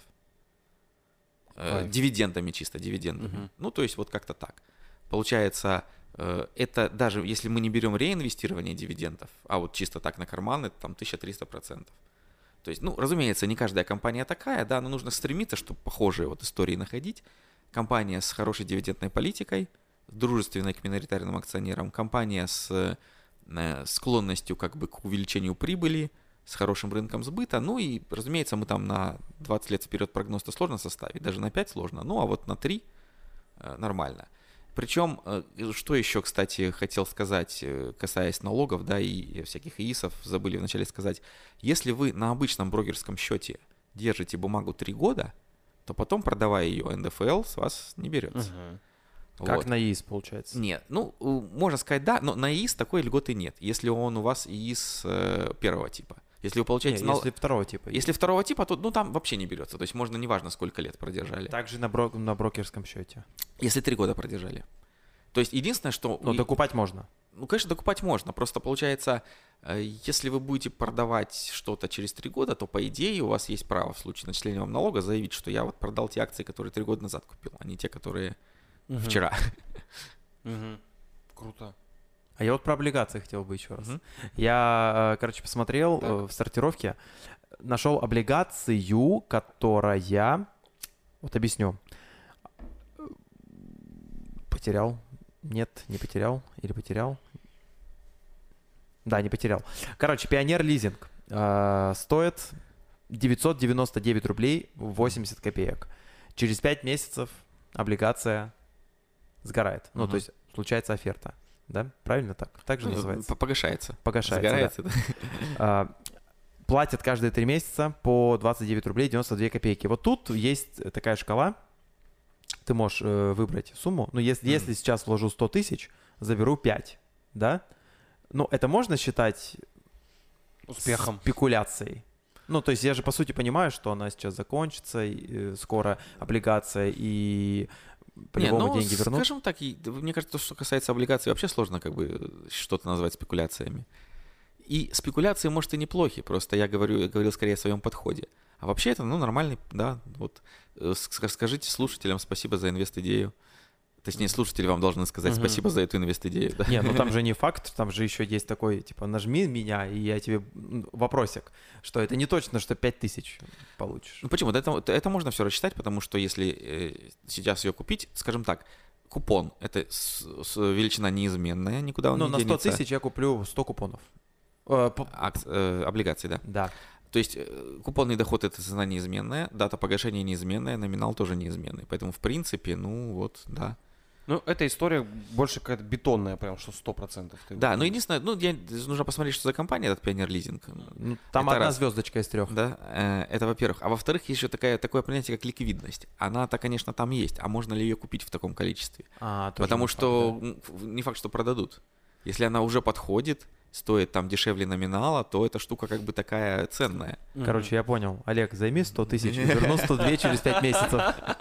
S3: Э,
S2: Кайф.
S3: дивидендами чисто, дивидендами.
S2: Мгм.
S3: Ну, то есть вот как-то так. Получается, э, это даже если мы не берем реинвестирование дивидендов, а вот чисто так на карман, это там тысяча триста процентов. То есть, ну, разумеется, не каждая компания такая, да, но нужно стремиться, чтобы похожие вот истории находить. Компания с хорошей дивидендной политикой, дружественной к миноритарным акционерам, компания с э, склонностью как бы к увеличению прибыли, с хорошим рынком сбыта. Ну и, разумеется, мы там на двадцать лет вперед прогноз-то сложно составить, даже на пять сложно, ну а вот на три э, нормально. Причем, э, что еще, кстати, хотел сказать, э, касаясь налогов, да, и всяких ИИСов, забыли вначале сказать. Если вы на обычном брокерском счете держите бумагу три года, то потом, продавая ее, эн дэ эф эл с вас не берется.
S2: Мгм.
S1: Как
S3: Вот.
S1: на ИИС получается.
S3: Нет, ну, у- можно сказать, да, но на ИИС такой льготы нет, если он у вас ИИС э, первого типа. Если вы
S1: Не,
S3: получаете нал-
S1: если второго типа.
S3: если второго типа, то ну, там вообще не берется. То есть можно неважно, сколько лет продержали.
S1: Также на, бро- на брокерском счете.
S3: Если три года продержали. То есть единственное, что...
S1: Но
S3: и-
S1: докупать можно.
S3: Ну, конечно, докупать можно. Просто получается, э, если вы будете продавать что-то через три года, то, по идее, у вас есть право в случае начисления вам налога заявить, что я вот продал те акции, которые три года назад купил, а не те, которые
S2: Мгм.
S3: вчера.
S2: Мгм. Круто.
S1: А я вот про облигации хотел бы еще раз.
S3: Мгм.
S1: Я, э, короче, посмотрел
S2: Так.
S1: э, в сортировке, нашел облигацию, которая, вот объясню, потерял, нет, не потерял, или потерял, да, не потерял. Короче, Пионер лизинг э, стоит девятьсот девяносто девять рублей восемьдесят копеек. Через пять месяцев облигация сгорает. Ну,
S3: Мгм.
S1: то есть случается оферта. Да? Правильно так? Так же
S3: Ну,
S1: называется?
S3: п- Погашается.
S1: Погашается, да.
S3: Сгорается, да.
S1: А, платят каждые три месяца по двадцать девять рублей девяносто две копейки. Вот тут есть такая шкала. Ты можешь э, выбрать сумму. Ну, если,
S3: Мгм.
S1: если сейчас вложу сто тысяч, заберу пять, да? Ну, это можно считать
S2: Успехом.
S1: спекуляцией? Ну, то есть я же, по сути, понимаю, что она сейчас закончится, и, э, скоро облигация, и
S3: Не,
S1: по-любому
S3: ну,
S1: деньги вернут.
S3: скажем так, и- да, мне кажется, то, что касается облигаций, вообще сложно как бы что-то назвать спекуляциями. И спекуляции, может, и неплохи, просто я говорю, я говорил скорее о своем подходе. А вообще это, ну, нормальный, да, вот, э, ск- скажите слушателям спасибо за инвест-идею. Точнее, слушатели вам должны сказать
S2: Мгм.
S3: спасибо за эту инвест-идею. Да?
S1: Не, ну там же не факт, там же еще есть такой, типа, нажми меня, и я тебе м, вопросик, что это не точно, что пять тысяч получишь.
S3: Ну почему? Да Это, это можно все рассчитать, потому что если э, сейчас ее купить, скажем так, купон это с- с- величина неизменная, никуда он
S1: Ну,
S3: не
S1: на сто
S3: денется.
S1: тысяч я куплю сто купонов. Э, по-
S3: Акц- э, облигаций, да.
S1: Да.
S3: То есть э, купонный доход это цена неизменная, дата погашения неизменная, номинал тоже неизменный. Поэтому, в принципе, ну вот, да.
S2: Ну, эта история больше какая-то бетонная, прям, что сто процентов. ты-
S3: Да, но единственное, ну, я, нужно посмотреть, что за компания этот Пионер Лизинг.
S1: Ну, там
S3: Это
S1: одна
S3: раз.
S1: звездочка из трех.
S3: Да, э, это во-первых. А во-вторых, есть еще такая, такое понятие, как ликвидность. Она-то, конечно, там есть, а можно ли ее купить в таком количестве?
S1: А, тоже
S3: Потому
S1: не факт,
S3: что
S1: да.
S3: м, не факт, что продадут. Если она уже подходит, стоит там дешевле номинала, то эта штука как бы такая ценная.
S2: Мгм.
S1: Короче, я понял. Олег, займи сто тысяч, верну сто два через пять месяцев.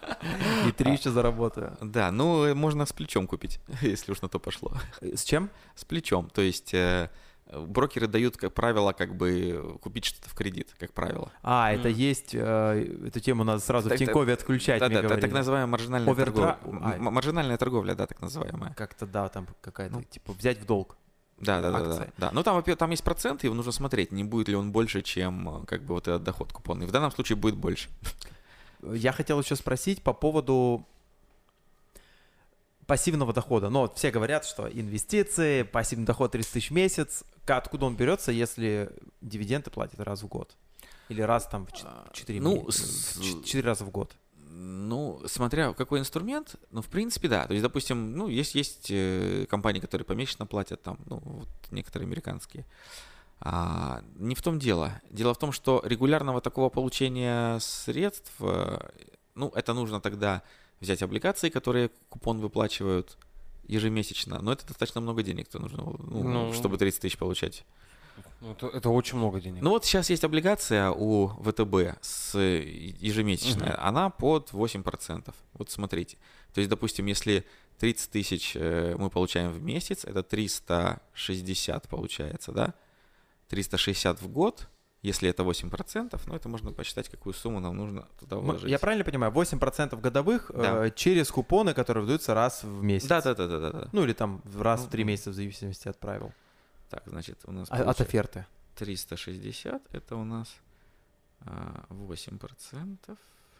S1: И три еще заработаю.
S3: Да, ну э, можно с плечом купить, если уж на то пошло.
S1: С чем?
S3: С плечом. То есть э, брокеры дают, как правило, как бы купить что-то в кредит, как правило.
S1: А, это
S2: Мгм.
S1: есть, э, эту тему надо сразу в
S3: Так- так-
S1: Тинькове отключать, мне
S3: Да-да, та- так
S1: говорили.
S3: называемая маржинальная
S1: Овертра-
S3: торговля.
S1: а.
S3: М- Маржинальная торговля, да, так называемая.
S1: Как-то, да, там какая-то,
S3: Ну.
S1: типа, взять в долг.
S3: Да, да, да, да,
S1: акции.
S3: да. Ну там, во-первых, там есть процент, его нужно смотреть, не будет ли он больше, чем э, как бы вот этот доход купонный. В данном случае будет больше.
S1: Я хотел еще спросить по поводу пассивного дохода. Но вот все говорят, что инвестиции, пассивный доход тридцать тысяч в месяц. К- Откуда он берется, если дивиденды платят раз в год? Или раз там в четыре
S3: Ну, с-
S1: раза в год?
S3: Ну, смотря какой инструмент, ну, в принципе, да. То есть, допустим, ну, есть, есть э, компании, которые помесячно платят, там, ну, вот некоторые американские. А, не в том дело. Дело в том, что регулярного такого получения средств, э, ну, это нужно тогда взять облигации, которые купон выплачивают ежемесячно, но это достаточно много денег-то нужно, ну,
S2: Ну.
S3: чтобы тридцать тысяч получать.
S2: Ну, Это, это очень много денег.
S3: Ну вот сейчас есть облигация у ВТБ с ежемесячная,
S2: Мгм.
S3: она под восемь процентов. Вот смотрите. То есть, допустим, если тридцать тысяч э, мы получаем в месяц, это триста шестьдесят получается, да? триста шестьдесят в год, если это восемь процентов, ну это можно посчитать, какую сумму нам нужно туда
S1: Мы-
S3: вложить.
S1: Я правильно понимаю, восемь процентов годовых
S3: Да.
S1: э, через купоны, которые выдаются раз в месяц?
S3: Да, да, да, да, да, да.
S1: Ну или там в раз
S3: Ну,
S1: в три
S3: ну.
S1: месяца в зависимости от правил.
S3: Так, значит, у нас
S1: А- от
S3: получается
S1: оферты.
S3: триста шестьдесят, это у нас а, восемь процентов.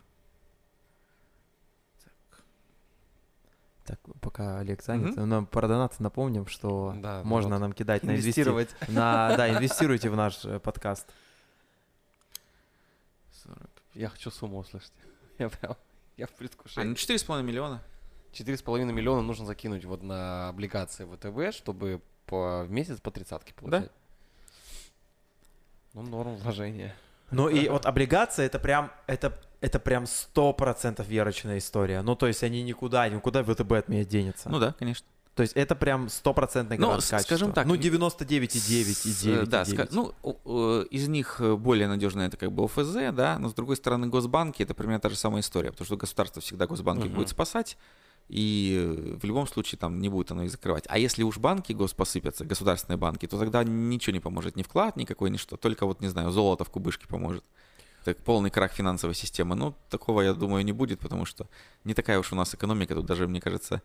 S1: Так, пока Олег занят,
S3: Мгм.
S1: нам про донаты напомним, что
S2: Да,
S1: можно
S2: вот.
S1: нам кидать на инвести-
S2: Инвестировать.
S1: на- Да, инвестируйте в наш э, подкаст.
S3: сорок.
S2: Я хочу сумму услышать. Я прям, я в
S3: А, ну
S2: предвкушении.
S3: четыре с половиной миллиона.
S2: Четыре с половиной миллиона нужно закинуть вот на облигации ВТБ, чтобы по, в месяц по тридцатке получать. Ну, норм вложения.
S1: Ну и вот облигация это прям, это, это прям сто процентов верочная история. Ну то есть они никуда, никуда ВТБ от меня денется.
S3: Ну да, конечно.
S1: То есть это прям стопроцентный
S3: Ну,
S1: гарант
S3: с-
S1: качества.
S3: скажем так,
S1: Ну
S3: н-
S1: девяносто девять и девять и
S3: С-
S1: девять
S3: Да,
S1: и
S3: ска-
S1: девять.
S3: ну, о- о, из них э, более надежное это как бы ОФЗ, да, но с другой стороны госбанки это примерно та же самая история, потому что государство всегда госбанки
S2: Мгм.
S3: будет спасать, и э, в любом случае там не будет оно их закрывать. А если уж банки госпосыпятся, государственные банки, то тогда ничего не поможет, ни вклад никакой, ни что, только вот, не знаю, золото в кубышке поможет. Так полный крах финансовой системы. Ну, такого, я думаю, не будет, потому что не такая уж у нас экономика, тут даже, мне кажется,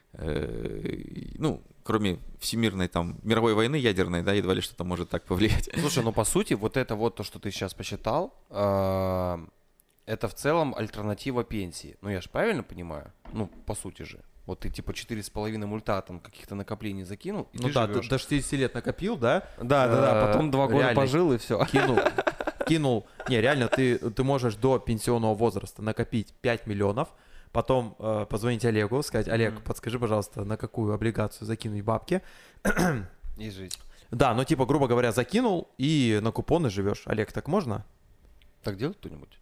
S3: э, ну, кроме всемирной там мировой войны ядерной, да, едва ли что-то может так повлиять.
S2: Слушай, ну по сути, вот это вот то, что ты сейчас посчитал, а, это в целом альтернатива пенсии. Ну я же правильно понимаю? Ну, по сути же. Вот ты типа четыре с половиной мульта там каких-то накоплений закинул, и
S1: Ну
S2: ты
S1: да,
S2: живешь.
S1: ты до шестидесяти лет накопил, да?
S2: Да, да, да, потом два года
S1: Реально.
S2: пожил и все.
S1: Кинул, кинул. Не, реально, ты, ты можешь до пенсионного возраста накопить пять миллионов, потом э, позвонить Олегу, сказать: Олег,
S2: Мгм.
S1: подскажи, пожалуйста, на какую облигацию закинуть бабки.
S2: И жить.
S1: Да, ну типа, грубо говоря, закинул и на купоны живешь. Олег, так можно?
S2: Так делает кто-нибудь?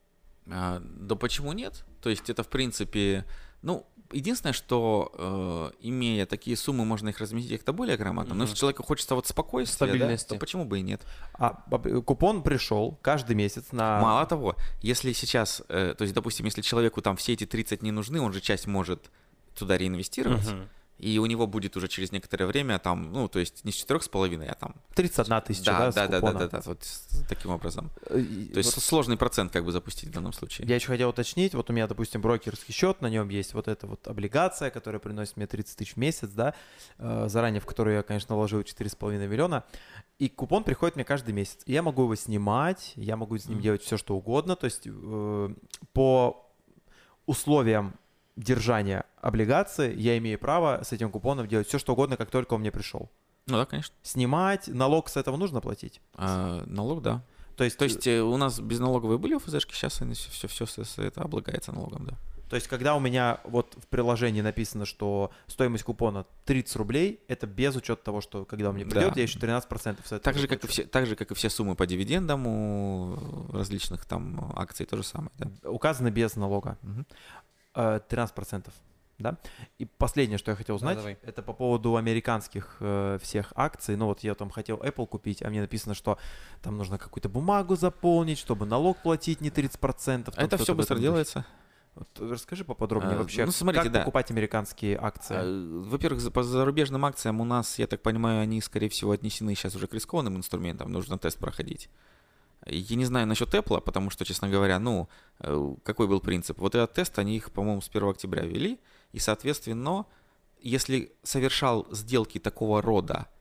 S3: А, да почему нет? То есть это, в принципе, ну, единственное, что э, имея такие суммы, можно их разместить как-то более грамотно. Но
S2: Мгм.
S3: если человеку хочется вот спокойствия, да,
S2: Стабильности.
S3: то почему бы и нет?
S1: А об- купон пришел каждый месяц на...
S3: Мало того, если сейчас, э, то есть, допустим, если человеку там все эти тридцать не нужны, он же часть может туда реинвестировать,
S2: Мгм.
S3: и у него будет уже через некоторое время там, ну, то есть не с четырех с половиной, а там...
S1: тридцать одна тысяча, да,
S3: да,
S1: с
S3: да, да, да,
S1: купона?
S3: да, да, вот с- таким образом.
S1: Э, и
S3: То есть
S1: вот
S3: сложный процент как бы запустить в данном случае.
S1: Я еще хотел уточнить, вот у меня, допустим, брокерский счет, на нем есть вот эта вот облигация, которая приносит мне тридцать тысяч в месяц, да, э, заранее, в которую я, конечно, вложил четыре с половиной миллиона, и купон приходит мне каждый месяц. И я могу его снимать, я могу с ним
S3: Мгм.
S1: делать все, что угодно, то есть э, по условиям держания облигации я имею право с этим купоном делать все, что угодно, как только он мне пришел.
S3: Ну да, конечно.
S1: Снимать, налог с этого нужно платить?
S3: А, налог, да.
S1: То есть,
S3: То есть э, у нас безналоговые были ОФЗшки, сейчас они все, все, все, это облагается налогом, да.
S1: То есть, когда у меня вот в приложении написано, что стоимость купона тридцать рублей, это без учета того, что когда он мне придет,
S3: Да.
S1: я еще тринадцать процентов с этого
S3: Так же, как и
S1: заплачу.
S3: все, так же, как и все суммы по дивидендам у различных там акций, то же самое, да.
S1: Указано без налога.
S3: Мгм.
S1: Э, тринадцать процентов. Да? И последнее, что я хотел узнать,
S2: давай.
S1: это по поводу американских э, всех акций. Ну вот я там хотел Apple купить, а мне написано, что там нужно какую-то бумагу заполнить, чтобы налог платить не тридцать процентов.
S3: А это все быстро делается.
S1: Вот, расскажи поподробнее
S3: А,
S1: вообще,
S3: ну, смотрите,
S1: как
S3: да.
S1: покупать американские акции.
S3: А, Во-первых, за- по зарубежным акциям у нас, я так понимаю, они, скорее всего, отнесены сейчас уже к рискованным инструментам, нужно тест проходить. Я не знаю насчет Apple, потому что, честно говоря, ну, э, какой был принцип? Вот этот тест, они их, по-моему, с первого октября ввели, и, соответственно, если совершал сделки такого рода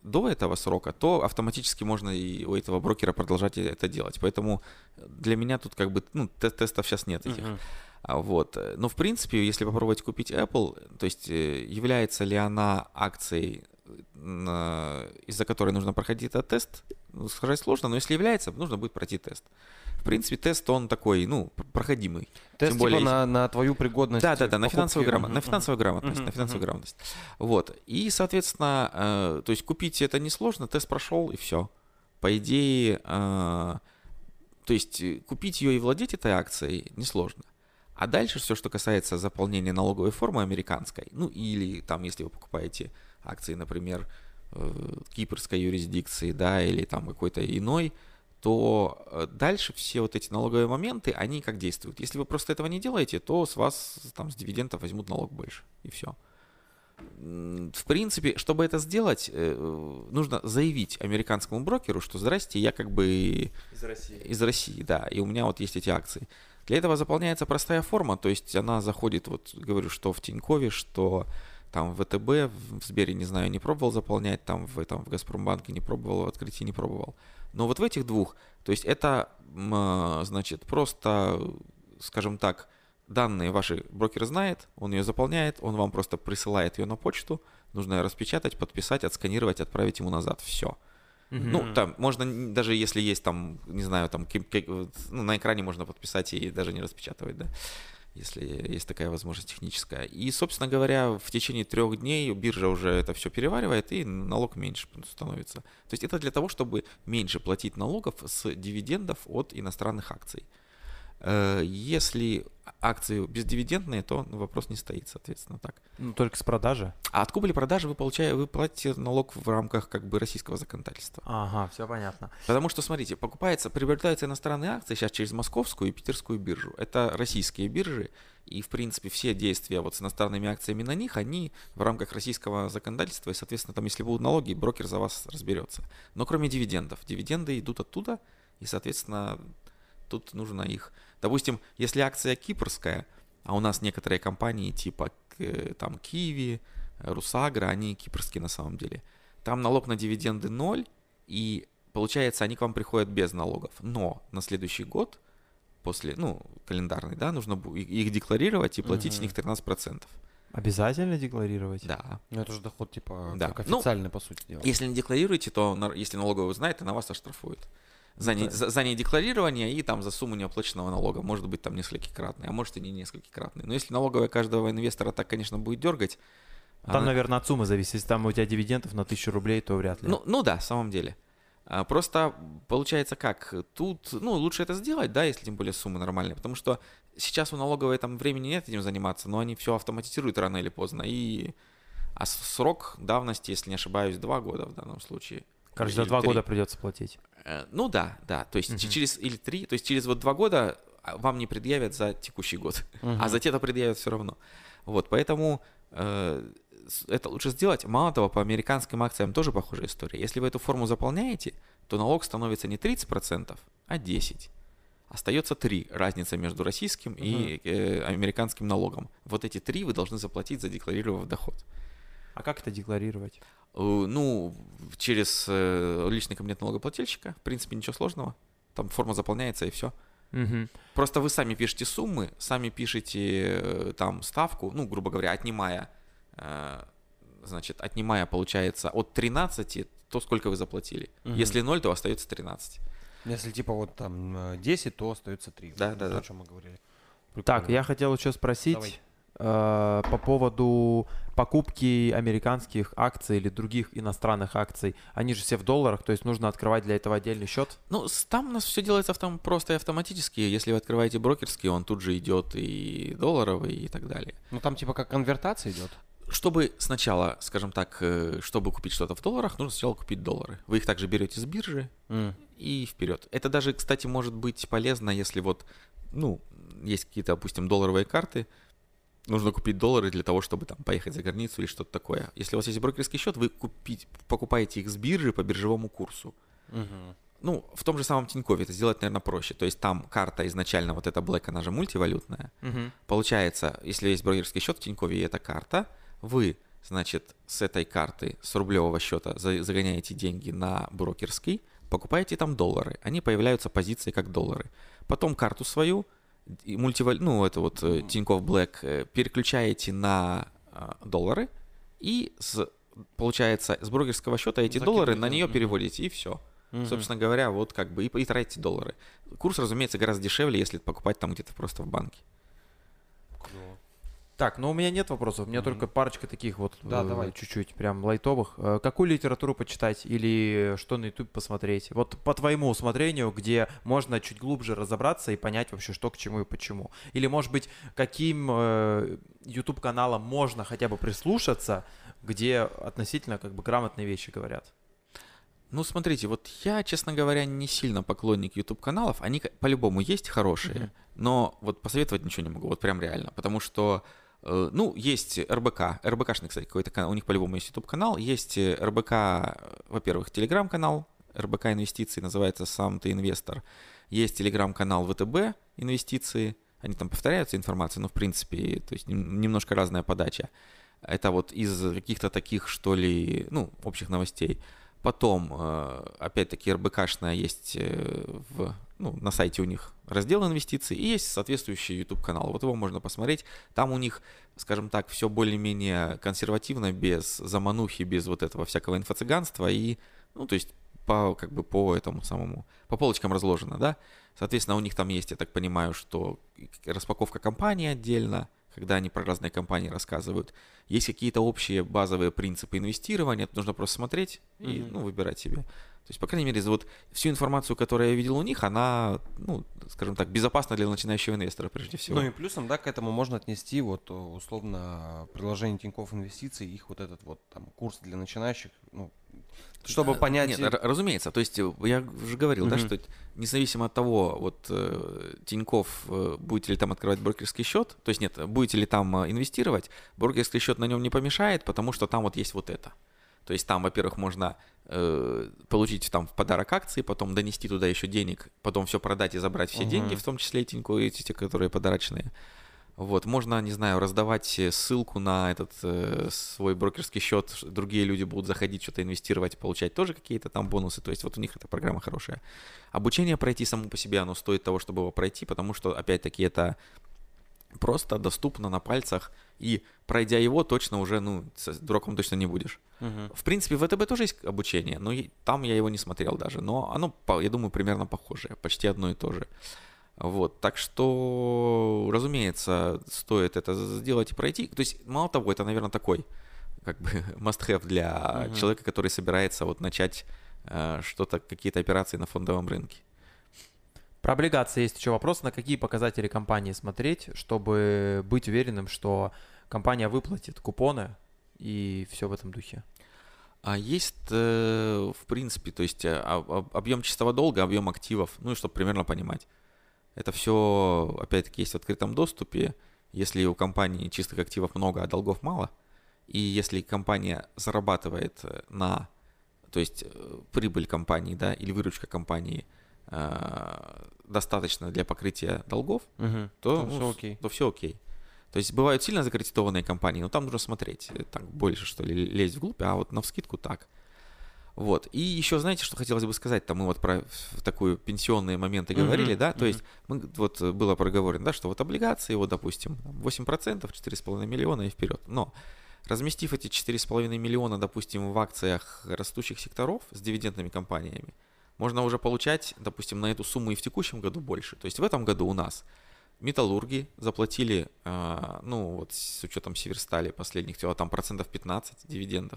S3: до этого срока, то автоматически можно и у этого брокера продолжать это делать. Поэтому для меня тут как бы, ну, тестов сейчас нет этих.
S2: Мгм.
S3: А Вот. Но в принципе, если попробовать купить Apple, то есть э, является ли она акцией, на- из-за которой нужно проходить этот тест, ну, сказать сложно, но если является, нужно будет пройти тест. В принципе, тест, он такой, ну, п- проходимый.
S2: Тест
S3: Тем более,
S2: типа
S3: если-
S2: на, на твою пригодность.
S3: Да, да, да,
S2: к
S3: на финансовую,
S2: покупке.
S3: грамотность,
S2: Мгм,
S3: на
S2: мгм.
S3: финансовую грамотность,
S2: Мгм,
S3: на финансовую
S2: мгм.
S3: грамотность. Вот. И, соответственно, э, то есть купить это несложно, тест прошел и все. По идее, э, то есть э, купить ее и владеть этой акцией несложно. А дальше все, что касается заполнения налоговой формы американской, ну или там, если вы покупаете акции, например, э, кипрской юрисдикции, да, или там какой-то иной, то э, дальше все вот эти налоговые моменты, они как действуют. Если вы просто этого не делаете, то с вас там с дивидендов возьмут налог больше, и все. В принципе, чтобы это сделать, э, нужно заявить американскому брокеру, что здрасте, я как бы
S1: Из России.
S3: из России, да, и у меня вот есть эти акции. Для этого заполняется простая форма, то есть она заходит, вот говорю, что в Тинькове, что там в ВТБ, в Сбере, не знаю, не пробовал заполнять, там в этом в Газпромбанке не пробовал, в Открытии не пробовал. Но вот в этих двух, то есть это, м, значит, просто, скажем так, данные ваши брокер знает, он ее заполняет, он вам просто присылает ее на почту, нужно ее распечатать, подписать, отсканировать, отправить ему назад, все. Ну, там можно, н- даже если есть там, не знаю, там, ки- ки- вот, ну, на экране можно подписать и даже не распечатывать, да, если есть такая возможность техническая. И, собственно говоря, в течение трех дней биржа уже это все переваривает, и налог меньше становится. То есть это для того, чтобы меньше платить налогов с дивидендов от иностранных акций. Э, Если акции бездивидендные, то вопрос не стоит, соответственно, так.
S1: Ну, только с продажи.
S3: А от купли-продажи вы получаете, вы платите налог в рамках как бы российского законодательства.
S1: Ага, все понятно.
S3: Потому что, смотрите, покупается, приобретаются иностранные акции сейчас через московскую и питерскую биржу. Это российские биржи, и, в принципе, все действия вот с иностранными акциями на них, они в рамках российского законодательства, и, соответственно, там, если будут налоги, брокер за вас разберется. Но кроме дивидендов. Дивиденды идут оттуда, и, соответственно, тут нужно их... Допустим, если акция кипрская, а у нас некоторые компании типа э, там Киви, Русагра, они кипрские на самом деле, там налог на дивиденды ноль, и получается, они к вам приходят без налогов. Но на следующий год, после, ну, календарный, да, нужно бу- и- их декларировать и платить с
S2: Мгм.
S3: них тринадцать процентов.
S1: Обязательно декларировать?
S3: Да.
S2: Ну, это же доход, типа,
S3: Да.
S2: как
S3: Ну,
S2: официальный, по сути дела.
S3: Если не декларируете, то на- если налоговая узнает, она вас оштрафует. За,
S1: Ну
S3: не,
S1: да.
S3: за, за недекларирование и там за сумму неоплаченного налога. Может быть там несколькократный, а может и не несколькократный. Но если налоговая каждого инвестора так, конечно, будет дергать.
S1: Там,
S3: она-
S1: наверное, от суммы зависит. Если там у тебя дивидендов на тысячу рублей, то вряд ли.
S3: Ну, ну да, в самом деле. А, Просто получается как, тут, ну, лучше это сделать, да, если тем более суммы нормальные, потому что сейчас у налоговой там времени нет этим заниматься, но они все автоматизируют рано или поздно, и а с- срок давности, если не ошибаюсь, два года в данном случае.
S1: Короче, за
S3: Или
S1: два
S3: три.
S1: года придется платить.
S3: Э, Ну да, да, то есть
S1: Мгм.
S3: ч- через, или три, то есть через вот два года а, вам не предъявят за текущий год,
S2: Мгм.
S3: а за те-то предъявят все равно. Вот, поэтому э, с- это лучше сделать. Мало того, по американским акциям тоже похожая история. Если вы эту форму заполняете, то налог становится не тридцать процентов, а десять процентов. Остается три, разница между российским и э, американским налогом. Вот эти три вы должны заплатить, задекларировав доход.
S1: А как это декларировать?
S3: Э, Ну, через э, личный кабинет налогоплательщика, в принципе, ничего сложного. Там форма заполняется и все.
S1: Мгм.
S3: Просто вы сами пишете суммы, сами пишете э, там ставку, ну, грубо говоря, отнимая, э, значит, отнимая, получается, от тринадцати, то сколько вы заплатили.
S2: Мгм.
S3: Если ноль, то остается тринадцать.
S2: Если типа вот там э, десять, то остается три.
S3: Да, да,
S2: То,
S3: да.
S2: о чем мы говорили.
S1: Так,
S2: Прикольно.
S1: я хотел еще спросить
S2: Давай.
S1: э, по поводу покупки американских акций или других иностранных акций. Они же все в долларах, то есть нужно открывать для этого отдельный счет.
S3: Ну, с- там у нас все делается автом- просто и автоматически. Если вы открываете брокерский, он тут же идет и долларовый и так далее.
S2: Ну там типа как конвертация идет.
S3: Чтобы сначала, скажем так, э, чтобы купить что-то в долларах, нужно сначала купить доллары. Вы их также берете с биржи, и вперед. Это даже, кстати, может быть полезно, если вот, ну, есть какие-то, допустим, долларовые карты, нужно купить доллары для того, чтобы там поехать за границу или что-то такое. Если у вас есть брокерский счет, вы купить, покупаете их с биржи по биржевому курсу.
S2: Мгм.
S3: Ну, в том же самом Тинькове это сделать, наверное, проще. То есть там карта изначально, вот эта Black, она же мультивалютная. Получается, если есть брокерский счет в Тинькове и эта карта, вы значит, с этой карты, с рублевого счета загоняете деньги на брокерский, покупаете там доллары, они появляются позиции как доллары. Потом карту свою, мультиваль... ну это вот Тинькофф Black, переключаете на доллары и, с, получается, с брокерского счета эти Закидывайте. доллары на нее переводите, и все. Угу. Собственно говоря, вот как бы и, и тратите доллары. Курс, разумеется, гораздо дешевле, если покупать там где-то просто в банке.
S1: Так, ну у меня нет вопросов, у меня mm-hmm. только парочка таких вот
S2: да,
S1: э,
S2: давай.
S1: чуть-чуть прям лайтовых. Э, какую литературу почитать или что на YouTube посмотреть? Вот по твоему усмотрению, где можно чуть глубже разобраться и понять вообще, что к чему и почему. Или, может быть, каким э, YouTube-каналам можно хотя бы прислушаться, где относительно как бы грамотные вещи говорят?
S3: Ну, смотрите, вот я, честно говоря, не сильно поклонник YouTube-каналов. Они по-любому есть хорошие, mm-hmm. но вот посоветовать ничего не могу, вот прям реально. Потому что ну, есть эр бэ ка, эр бэ ка-шный, кстати, какой-то канал, у них по-любому есть YouTube-канал, есть эр бэ ка, во-первых, Telegram-канал, эр бэ ка Инвестиции, называется «Сам ты инвестор», есть Telegram-канал вэ тэ бэ Инвестиции, они там повторяются информация, но в принципе, то есть немножко разная подача. Это вот из каких-то таких, что ли, ну, общих новостей. Потом, опять-таки, эр бэ ка-шная есть в, ну, на сайте у них раздел инвестиций, и есть соответствующий YouTube-канал. Вот его можно посмотреть. Там у них, скажем так, все более-менее консервативно, без заманухи, без вот этого всякого инфо-цыганства. И, ну, то есть, по, как бы по этому самому, по полочкам разложено, да. Соответственно, у них там есть, я так понимаю, что распаковка компании отдельно, когда они про разные компании рассказывают. Есть какие-то общие базовые принципы инвестирования, это нужно просто смотреть и mm-hmm. ну, выбирать себе. То есть, по крайней мере, вот всю информацию, которую я видел у них, она, ну, скажем так, безопасна для начинающего инвестора прежде всего.
S2: Ну и плюсом, да, к этому можно отнести вот условно приложение Тинькофф Инвестиций, их вот этот вот там курс для начинающих, ну, чтобы понять...
S3: Нет, р- разумеется, то есть я уже говорил, mm-hmm. да, что независимо от того, вот Тинькофф, будете ли там открывать брокерский счет, то есть нет, будете ли там инвестировать, брокерский счет на нем не помешает, потому что там вот есть вот это. То есть там, во-первых, можно э, получить там в подарок акции, потом донести туда еще денег, потом все продать и забрать все uh-huh. деньги, в том числе и Тинькофф, и те, которые подарочные. Вот, можно, не знаю, раздавать ссылку на этот э, свой брокерский счет, другие люди будут заходить, что-то инвестировать, получать тоже какие-то там бонусы, то есть вот у них эта программа хорошая. Обучение пройти само по себе, оно стоит того, чтобы его пройти, потому что, опять-таки, это просто доступно на пальцах, и пройдя его, точно уже, ну, с дураком точно не будешь. Uh-huh. В принципе, в вэ тэ бэ тоже есть обучение, но там я его не смотрел даже, но оно, я думаю, примерно похожее, почти одно и то же. Вот, так что, разумеется, стоит это сделать и пройти. То есть, мало того, это, наверное, такой, как бы, must-have для uh-huh. человека, который собирается вот начать э, что-то, какие-то операции на фондовом рынке.
S1: Про облигации есть еще вопрос, на какие показатели компании смотреть, чтобы быть уверенным, что компания выплатит купоны и все в этом духе.
S3: А есть, э, в принципе, то есть объем чистого долга, объем активов, ну и чтобы примерно понимать. Это все, опять-таки, есть в открытом доступе. Если у компании чистых активов много, а долгов мало, и если компания зарабатывает на, то есть прибыль компании, да, или выручка компании э, достаточно для покрытия долгов, угу. то, то, ну, все окей. то все окей. То есть бывают сильно закредитованные компании, но там нужно смотреть, так больше, что ли, лезть вглубь, а вот навскидку так. Вот. И еще, знаете, что хотелось бы сказать, там мы вот про такую пенсионные моменты говорили, mm-hmm. да, то mm-hmm. есть мы, вот было проговорено, да, что вот облигации, вот, допустим, восемь процентов, четыре с половиной миллиона и вперед, но разместив эти четыре с половиной миллиона, допустим, в акциях растущих секторов с дивидендными компаниями, можно уже получать, допустим, на эту сумму и в текущем году больше. То есть в этом году у нас металлурги заплатили, э, ну вот с учетом Северстали последних, там процентов пятнадцать дивидендов.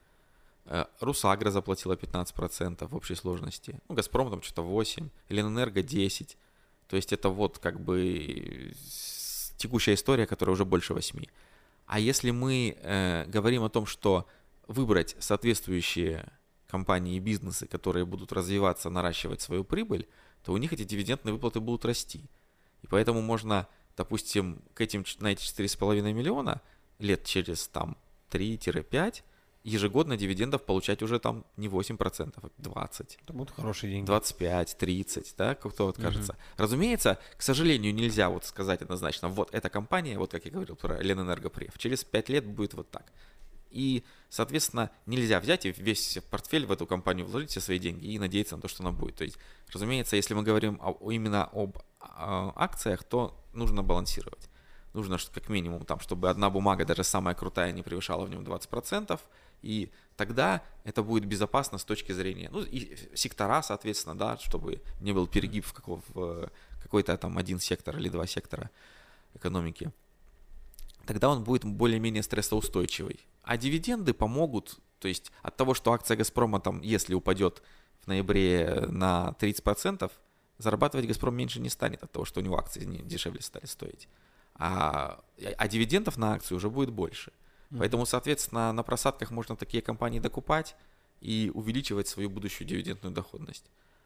S3: Русагра заплатила пятнадцать процентов в общей сложности. Ну, Газпром там что-то восемь процентов, Ленэнерго десять процентов. То есть это вот как бы текущая история, которая уже больше восемь процентов. А если мы э, говорим о том, что выбрать соответствующие компании и бизнесы, которые будут развиваться, наращивать свою прибыль, то у них эти дивидендные выплаты будут расти. И поэтому можно, допустим, к этим, на эти четыре с половиной миллиона лет через там три-пять ежегодно дивидендов получать уже там не восемь процентов, а двадцать процентов.
S2: Это будут хорошие деньги.
S3: двадцать пять, тридцать, да, как-то вот кажется. Угу. Разумеется, к сожалению, нельзя вот сказать однозначно, вот эта компания, вот как я говорил про Ленэнергопреф, через пять лет будет вот так. И, соответственно, нельзя взять и весь портфель в эту компанию вложить все свои деньги и надеяться на то, что она будет. То есть, разумеется, если мы говорим о, именно об а, акциях, то нужно балансировать. Нужно как минимум, там, чтобы одна бумага, даже самая крутая, не превышала в нем двадцать процентов. И тогда это будет безопасно с точки зрения, ну, и сектора, соответственно, да, чтобы не был перегиб в, каков, в какой-то там один сектор или два сектора экономики. Тогда он будет более-менее стрессоустойчивый. А дивиденды помогут, то есть от того, что акция «Газпрома», там, если упадет в ноябре на тридцать процентов, зарабатывать «Газпром» меньше не станет от того, что у него акции не дешевле стали стоить. А, а дивидендов на акцию уже будет больше. Mm-hmm. Поэтому, соответственно, на просадках можно такие компании докупать и увеличивать свою будущую дивидендную доходность.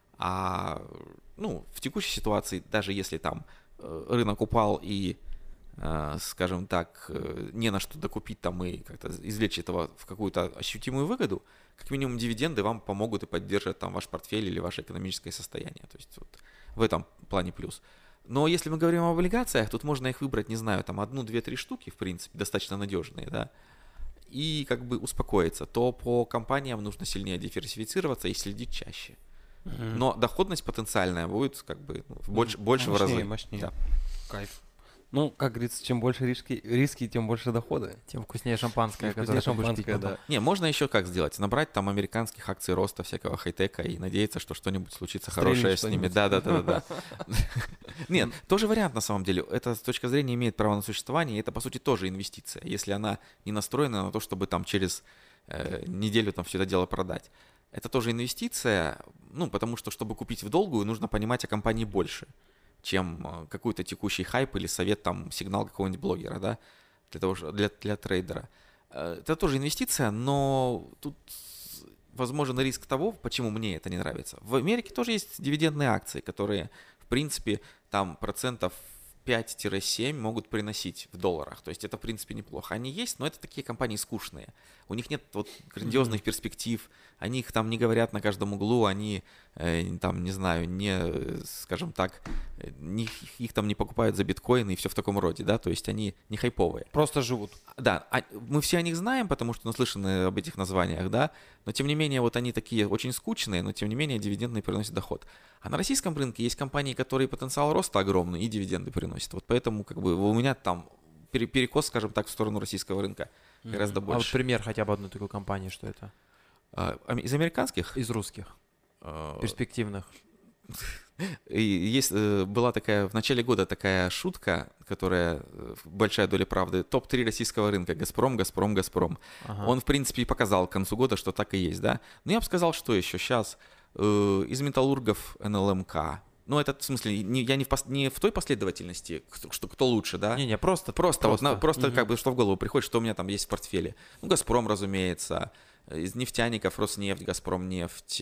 S3: А ну, в текущей ситуации, даже если там рынок упал и, скажем так, не на что докупить там и как-то извлечь этого в какую-то ощутимую выгоду, как минимум дивиденды вам помогут и поддержат там ваш портфель или ваше экономическое состояние. То есть вот в этом плане плюс. Но если мы говорим об облигациях, тут можно их выбрать, не знаю, там одну, две, три штуки, в принципе, достаточно надежные, да, и как бы успокоиться, то по компаниям нужно сильнее диверсифицироваться и следить чаще. Mm-hmm. Но доходность потенциальная будет как бы ну, больше, mm-hmm. больше
S2: мощнее,
S3: в разы.
S2: Мощнее.
S3: Да.
S2: Кайф. Ну, как говорится, чем больше риски, риски, тем больше доходы.
S1: Тем вкуснее шампанское,
S2: тем вкуснее шампанское, да.
S3: Не, можно еще как сделать? Набрать там американских акций роста, всякого хай-тека и надеяться, что что-нибудь случится
S2: Стрельнуть
S3: хорошее с ними. Да-да-да-да. Нет, тоже вариант на самом деле. Это с точки зрения имеет право на существование, и это по сути тоже инвестиция, если она не настроена на то, чтобы там через неделю там все это дело продать. Это тоже инвестиция, ну, потому что, чтобы купить в долгую, нужно понимать о компании больше, чем какой-то текущий хайп или совет, там, сигнал какого-нибудь блогера, да, для того, для, для трейдера. Это тоже инвестиция, но тут возможен риск того, почему мне это не нравится. В Америке тоже есть дивидендные акции, которые, в принципе, там процентов пять-семь могут приносить в долларах. То есть это, в принципе, неплохо. Они есть, но это такие компании скучные. У них нет вот грандиозных mm-hmm. перспектив, они их там не говорят на каждом углу, они э, там, не знаю, не, скажем так, не, их там не покупают за биткоины и все в таком роде, да, то есть они не хайповые.
S2: Просто живут.
S3: Да, а, мы все о них знаем, потому что наслышаны об этих названиях, да, но тем не менее вот они такие очень скучные, но тем не менее дивидендные приносят доход. А на российском рынке есть компании, которые потенциал роста огромный и дивиденды приносят. Вот поэтому как бы у меня там перекос, скажем так, в сторону российского рынка гораздо больше.
S1: А вот пример хотя бы одной такой компании, что это?
S3: А, из американских?
S1: Из русских. А... Перспективных.
S3: И есть, была такая в начале года такая шутка, которая большая доля правды. топ три российского рынка. Газпром, Газпром, Газпром. Ага. Он, в принципе, и показал к концу года, что так и есть, да. Но я бы сказал, что еще сейчас из металлургов эн эл эм ка. Ну, это в смысле, не, я не в, пос, не в той последовательности, кто, что, кто лучше, да?
S1: Не-не, просто.
S3: Просто, просто, вот, на, просто
S1: угу.
S3: как бы что в голову приходит, что у меня там есть в портфеле. Ну, Газпром, разумеется. Из нефтяников Роснефть, Газпромнефть,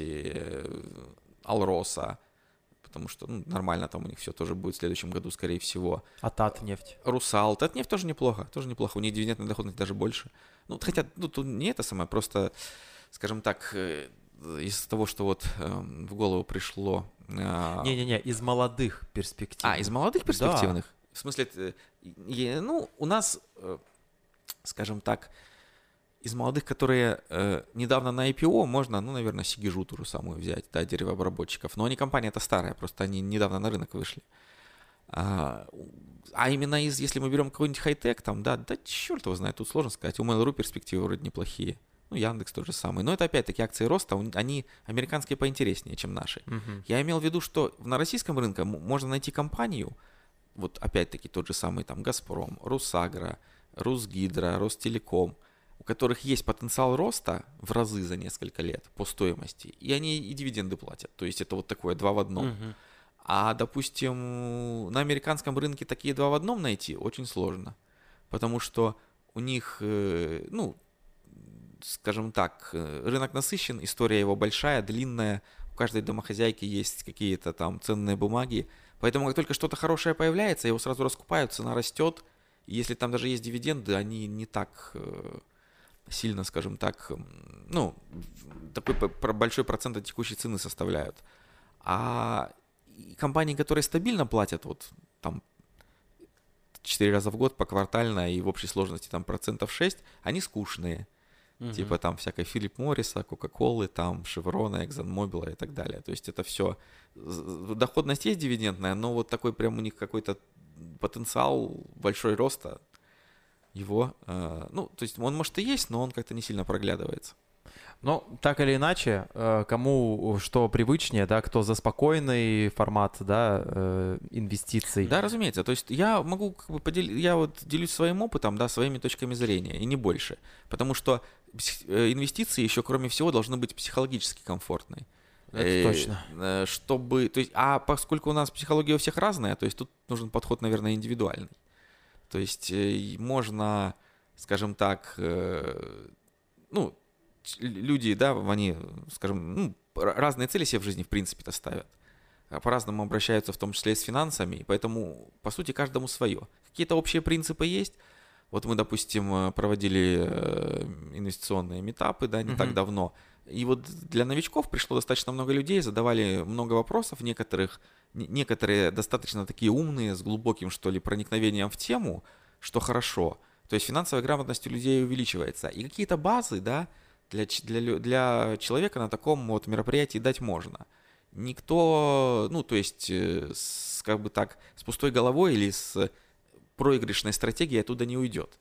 S3: Алроса. Потому что ну, нормально там у них все тоже будет в следующем году, скорее всего.
S1: А Татнефть?
S3: Русал. Татнефть тоже неплохо, тоже неплохо. У них дивидендная доходность даже больше. Ну, хотя, ну, тут не это самое, просто, скажем так, из того, что вот э, в голову пришло. Э,
S1: Не-не-не, из молодых перспективных.
S3: А, из молодых перспективных?
S1: Да.
S3: В смысле, э, ну, у нас, э, скажем так, из молодых, которые э, недавно на ай пи о, можно, ну, наверное, Сигижу ту же самую взять, да, деревообработчиков. Но они компания-то старая, просто они недавно на рынок вышли. А, а именно из, если мы берем какой-нибудь хай-тек, там, да, да черт его знает, тут сложно сказать. У Mail.ru перспективы вроде неплохие. Ну, Яндекс тот же самый. Но это опять-таки акции роста, они американские поинтереснее, чем наши. Uh-huh. Я имел в виду, что на российском рынке можно найти компанию, вот опять-таки тот же самый там Газпром, Русагра, Русгидро, Ростелеком, у которых есть потенциал роста в разы за несколько лет по стоимости, и они и дивиденды платят. То есть это вот такое два в одном. Uh-huh. А, допустим, на американском рынке такие два в одном найти очень сложно, потому что у них, ну, скажем так, рынок насыщен, история его большая, длинная, у каждой домохозяйки есть какие-то там ценные бумаги, поэтому как только что-то хорошее появляется, его сразу раскупают, цена растет, и если там даже есть дивиденды, они не так сильно, скажем так, ну, такой большой процент от текущей цены составляют. А компании, которые стабильно платят, вот там четыре раза в год поквартально и в общей сложности там процентов шесть, они скучные.
S2: Мгм.
S3: типа там всякой Филипп Морриса, Кока-Колы, там Шеврона, Экзонмобила и так далее. То есть это все, доходность есть дивидендная, но вот такой прям у них какой-то потенциал большой роста, его, э, ну, то есть он может и есть, но он как-то не сильно проглядывается.
S1: Ну, так или иначе, э, кому что привычнее, да, кто за спокойный формат, да, э, инвестиций.
S3: Да, разумеется. То есть я могу как бы поделить, я вот делюсь своим опытом, да, своими точками зрения, и не больше. Потому что псих- э, инвестиции еще, кроме всего, должны быть психологически комфортной.
S1: Это
S3: Э,
S1: точно.
S3: э, Чтобы, то есть, а поскольку у нас психология у всех разная, то есть тут нужен подход, наверное, индивидуальный. То есть э, и можно, скажем так, э, ну, ч- люди, да, они, скажем, ну, р- разные цели себе в жизни, в принципе-то ставят. А По-разному обращаются, в том числе и с финансами, и поэтому, по сути, каждому свое. Какие-то общие принципы есть. Вот мы, допустим, э, проводили э, инвестиционные митапы, да, не
S1: Мгм.
S3: так давно. И вот для новичков пришло достаточно много людей, задавали много вопросов, некоторых, не- некоторые достаточно такие умные, с глубоким, что ли, проникновением в тему, что хорошо. То есть финансовая грамотность у людей увеличивается. И какие-то базы, да, для, ч- для, лю- для человека на таком вот мероприятии дать можно. Никто, ну, то есть, э, с, как бы так, с пустой головой или с проигрышной стратегией оттуда не уйдет.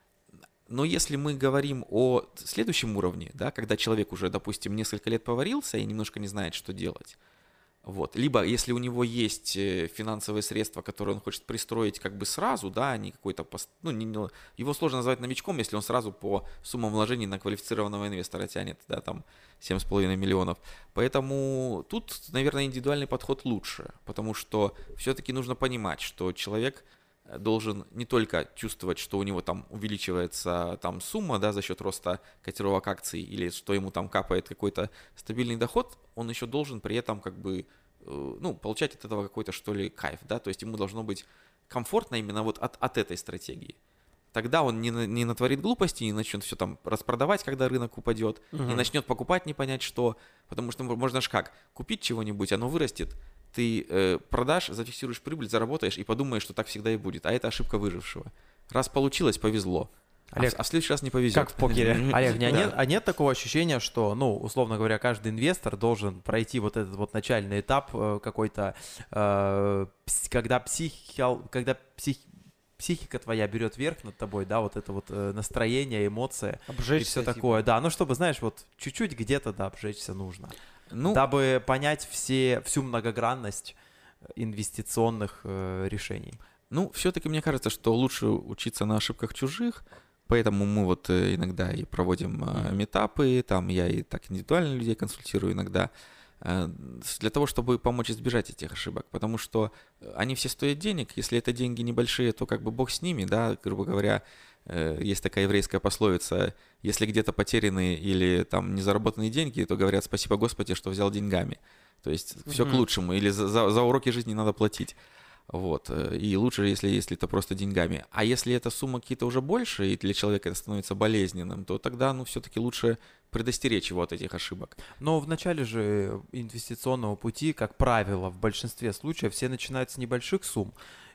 S3: Но если мы говорим о следующем уровне, да, когда человек уже, допустим, несколько лет поварился и немножко не знает, что делать, вот, либо если у него есть э, финансовые средства, которые он хочет пристроить как бы сразу, да, а не какой-то, пост- ну, не- не- его сложно назвать новичком, если он сразу по суммам вложений на квалифицированного инвестора тянет, да, там семь с половиной миллионов. Поэтому тут, наверное, индивидуальный подход лучше, потому что все-таки нужно понимать, что человек э, должен не только чувствовать, что у него там увеличивается там сумма, да, за счет роста котировок акций, или что ему там капает какой-то стабильный доход, он еще должен при этом как бы, э, ну, получать от этого какой-то, что ли, кайф, да, то есть ему должно быть комфортно именно вот от, от этой стратегии. Тогда он не, на- не натворит глупости, не начнет все там распродавать, когда рынок упадет, не
S2: Мгм.
S3: начнет покупать не понять что, потому что можно ж как, купить чего-нибудь, оно вырастет, ты э, продашь, зафиксируешь прибыль, заработаешь и подумаешь, что так всегда и будет, а это ошибка выжившего. Раз получилось, повезло, а в-
S1: Олег,
S3: а в следующий раз не повезет.
S1: как в покере. Олег, не- а
S3: Да.
S1: нет, а нет такого ощущения, что, ну, условно говоря, каждый инвестор должен пройти вот этот вот начальный этап э, какой-то, э, пс- когда, психи- когда псих- психика твоя берет верх над тобой, да, вот это вот э, настроение, эмоции и
S2: Обжечься,
S1: все
S2: типа.
S1: такое. Да, ну, чтобы, знаешь, вот чуть-чуть где-то, да, обжечься нужно.
S3: Ну,
S1: Дабы понять все, всю многогранность инвестиционных э, решений.
S3: Ну, все-таки мне кажется, что лучше учиться на ошибках чужих, поэтому мы вот э, иногда и проводим э,
S1: Мгм.
S3: митапы, там я и так индивидуально людей консультирую иногда, э, с- для того, чтобы помочь избежать этих ошибок, потому что э, они все стоят денег, если это деньги небольшие, то как бы бог с ними, да, грубо говоря, э, есть такая еврейская пословица, если где-то потеряны или там незаработанные деньги, то говорят спасибо Господи, что взял деньгами, то есть все к
S1: Мгм.
S3: лучшему, или за, за- за уроки жизни надо платить. Вот. э, И лучше, если, если это просто деньгами. А если эта сумма какие-то уже больше, и для человека это становится болезненным, то тогда, ну, все-таки лучше предостеречь его от этих ошибок.
S1: Но в начале же инвестиционного пути, как правило, в большинстве случаев все начинают с небольших сумм.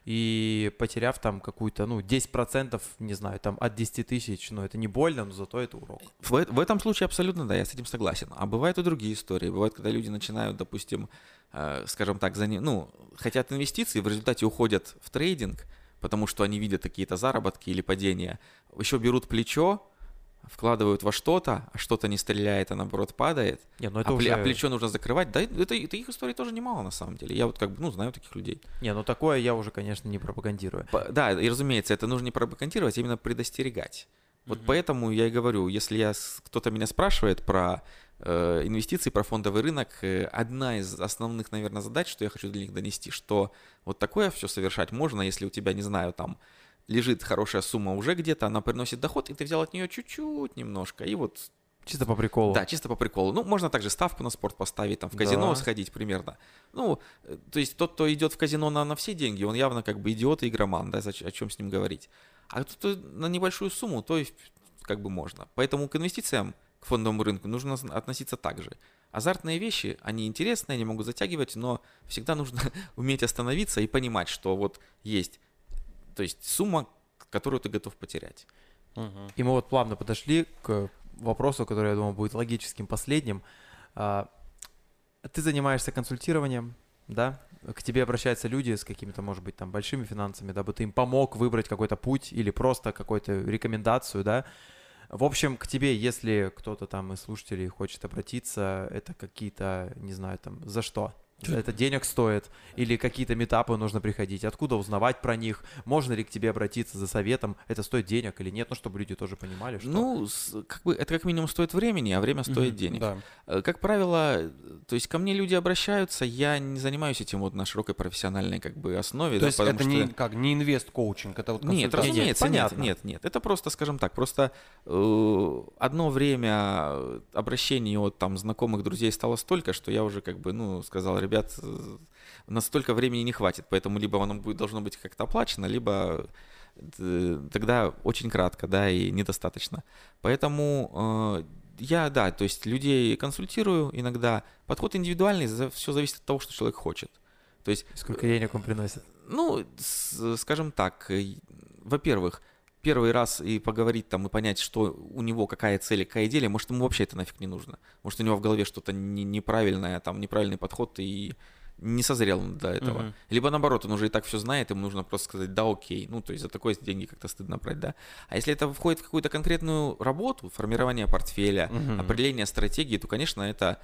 S1: И потеряв там какую-то, ну, десять процентов, не знаю, там от десяти тысяч, ну, это не больно, но зато это урок.
S3: В, э- в этом случае абсолютно, да, я с этим согласен. А бывают и другие истории. Бывает, когда люди начинают, допустим, э, скажем так, за, ну, хотят инвестиций, в результате уходят в трейдинг, потому что они видят какие-то заработки или падения, еще берут плечо, вкладывают во что-то, а что-то не стреляет, а наоборот падает,
S1: Не, ну это
S3: а, пле-
S1: уже...
S3: а плечо нужно закрывать. Да, это, таких историй тоже немало на самом деле. Я вот как бы, ну, знаю таких людей.
S1: Не, ну такое я уже, конечно, не пропагандирую.
S3: По- Да, и разумеется, это нужно не пропагандировать, а именно предостерегать. Вот
S1: Мгм.
S3: поэтому я и говорю, если я, с- кто-то меня спрашивает про э, инвестиции, про фондовый рынок, э, одна из основных, наверное, задач, что я хочу для них донести, что вот такое все совершать можно, если у тебя, не знаю, там лежит хорошая сумма уже где-то, она приносит доход, и ты взял от нее чуть-чуть немножко, и вот,
S1: Чисто по приколу.
S3: да, чисто по приколу. Ну, можно также ставку на спорт поставить, там в казино
S1: Да.
S3: сходить примерно. Ну, э, то есть тот, кто идет в казино на, на все деньги, он явно как бы идиот и игроман, да, зач- о чем с ним говорить. А тот, кто на небольшую сумму, то и как бы можно. Поэтому к инвестициям, к фондовому рынку нужно с- относиться так же. Азартные вещи, они интересные, они могут затягивать, но всегда нужно уметь остановиться и понимать, что вот есть, то есть сумма, которую ты готов потерять.
S2: Мгм.
S1: И мы вот плавно подошли к вопросу, который, я думаю, будет логическим последним. А, Ты занимаешься консультированием, да? К тебе обращаются люди с какими-то, может быть, там большими финансами, дабы ты им помог выбрать какой-то путь или просто какую-то рекомендацию, да? В общем, к тебе, если кто-то там из слушателей хочет обратиться, это какие-то, не знаю, там, за что? Это денег стоит? Или какие-то митапы нужно приходить? Откуда узнавать про них? Можно ли к тебе обратиться за советом? Это стоит денег или нет? Ну, чтобы люди тоже понимали, что...
S3: Ну, с- как бы это как минимум стоит времени, а время стоит
S1: Мгм,
S3: денег.
S2: Да.
S3: Э, Как правило, то есть ко мне люди обращаются, я не занимаюсь этим вот на широкой профессиональной как бы основе.
S2: То
S3: да,
S2: есть
S3: потому
S2: это
S3: что-
S2: не как не инвест-коучинг, это вот
S3: Нет,
S2: консультация.
S3: разумеется, нет,
S1: понятно.
S3: нет, нет. Это просто, скажем так, просто э, одно время обращений от там знакомых, друзей стало столько, что я уже как бы, ну, сказал, ребят, э, настолько времени не хватит, поэтому либо оно будет, должно быть как-то оплачено, либо э, тогда очень кратко, да, и недостаточно. Поэтому э, я, да, то есть людей консультирую иногда. Подход индивидуальный, все зависит от того, что человек хочет. То есть
S1: Сколько денег он приносит?
S3: ну, с- скажем так, э, во-первых, первый раз и поговорить там и понять, что у него какая цель, и какая идея, может, ему вообще это нафиг не нужно. Может, у него в голове что-то не- неправильное, там, неправильный подход, и не созрел он до этого.
S2: Мгм.
S3: Либо наоборот, он уже и так все знает, ему нужно просто сказать, да, окей. Ну, то есть за такое деньги как-то стыдно брать, да. А если это входит в какую-то конкретную работу, формирование портфеля,
S2: Мгм.
S3: определение стратегии, то, конечно, это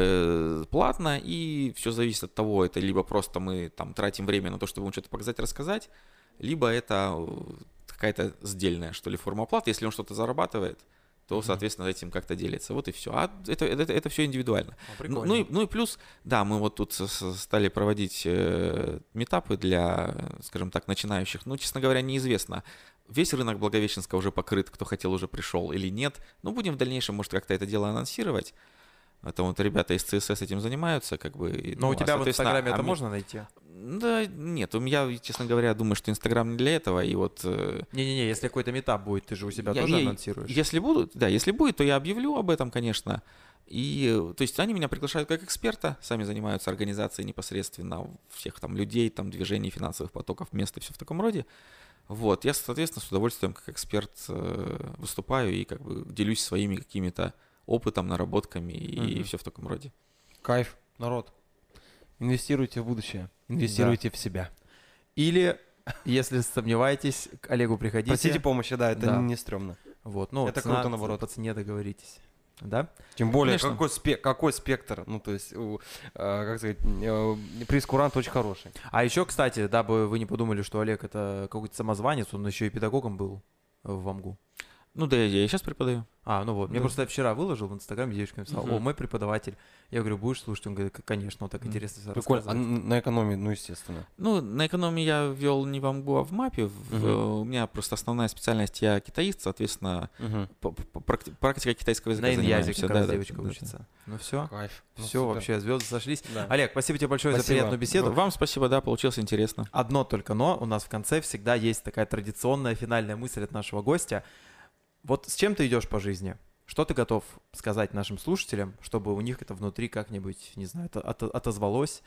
S3: э, платно, и все зависит от того, это либо просто мы там тратим время на то, чтобы ему что-то показать, рассказать, либо это э, какая-то сдельная, что ли, форма оплаты. Если он что-то зарабатывает, то,
S2: Мгм.
S3: соответственно, этим как-то делится. Вот и все. А это, это, это все индивидуально.
S1: О,
S3: Ну,
S1: прикольно.
S3: ну и, ну и плюс, да, мы вот тут с- с- стали проводить э, митапы для, скажем так, начинающих. Ну, честно говоря, неизвестно, весь рынок Благовещенска уже покрыт, кто хотел, уже пришел или нет. Ну, будем в дальнейшем, может, как-то это дело анонсировать. Это вот ребята из ЦСС этим занимаются, как бы. и,
S1: Но
S3: ну,
S1: у
S3: а,
S1: тебя в
S3: соответственно,
S1: Инстаграме
S3: а
S1: это
S3: мне-
S1: можно найти?
S3: Да, нет, у меня, честно говоря, думаю, что Инстаграм не для этого, и вот... э,
S1: Не-не-не, если какой-то метап будет, ты же у себя
S3: я-
S1: тоже
S3: я-
S1: анонсируешь.
S3: Если будут, да, если будет, то я объявлю об этом, конечно. И, э, то есть они меня приглашают как эксперта, сами занимаются организацией непосредственно всех там людей, там движений, финансовых потоков, мест и все в таком роде. Вот, я, соответственно, с удовольствием как эксперт э, выступаю и как бы делюсь своими какими-то опытом, наработками и
S2: Мгм.
S3: все в таком роде.
S2: Кайф, народ. Инвестируйте в будущее, инвестируйте в себя.
S1: Или, если сомневаетесь, к Олегу приходите.
S2: Просите помощи, да, это
S1: Да.
S2: не стрёмно.
S1: Вот, ну,
S2: Это
S1: цена-
S2: круто, наоборот.
S1: По цене договоритесь. Да?
S2: Тем более,
S3: Конечно.
S2: какой, спе- какой спектр, ну, то есть, у, э, как сказать, э, прейскурант очень хороший.
S1: А еще, кстати, дабы вы не подумали, что Олег это какой-то самозванец, он еще и педагогом был в АМГУ.
S3: Ну да, я и сейчас преподаю.
S1: А, ну вот, мне
S3: Да.
S1: просто вчера выложил в Инстаграме, девочка написала,
S2: Мгм.
S1: о, мой преподаватель. Я говорю, будешь слушать? Он говорит, конечно, он так
S2: Мгм.
S1: интересно всё
S2: Прикольно. А
S1: рассказывает.
S2: н- на экономии, ну, естественно.
S3: Ну, на экономии я вел не в АМГУ, а в МАПе. В-
S2: Мгм.
S3: У меня просто основная специальность, я китаист, соответственно, п- п- практи- практикой китайского языка
S1: На иньязе
S3: занимаемся.
S1: как
S3: Да,
S1: раз
S3: да,
S1: девочка
S3: да, да.
S1: учится. Ну все,
S2: Кайф. Ну,
S1: все,
S2: супер.
S1: вообще звезды сошлись.
S2: Да.
S1: Олег, спасибо тебе большое за
S2: Спасибо.
S1: приятную беседу.
S3: Вам спасибо, да, получилось интересно.
S1: Одно только но, у нас в конце всегда есть такая традиционная финальная мысль от нашего гостя. Вот с чем ты идешь по жизни? Что ты готов сказать нашим слушателям, чтобы у них это внутри как-нибудь, не знаю, это ото- отозвалось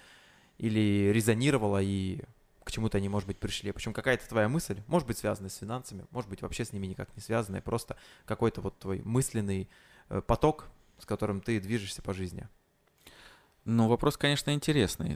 S1: или резонировало, и к чему-то они, может быть, пришли? Причем какая-то твоя мысль, может быть, связанная с финансами, может быть, вообще с ними никак не связанная, просто какой-то вот твой мысленный э, поток, с которым ты движешься по жизни.
S3: Ну, вопрос, конечно, интересный.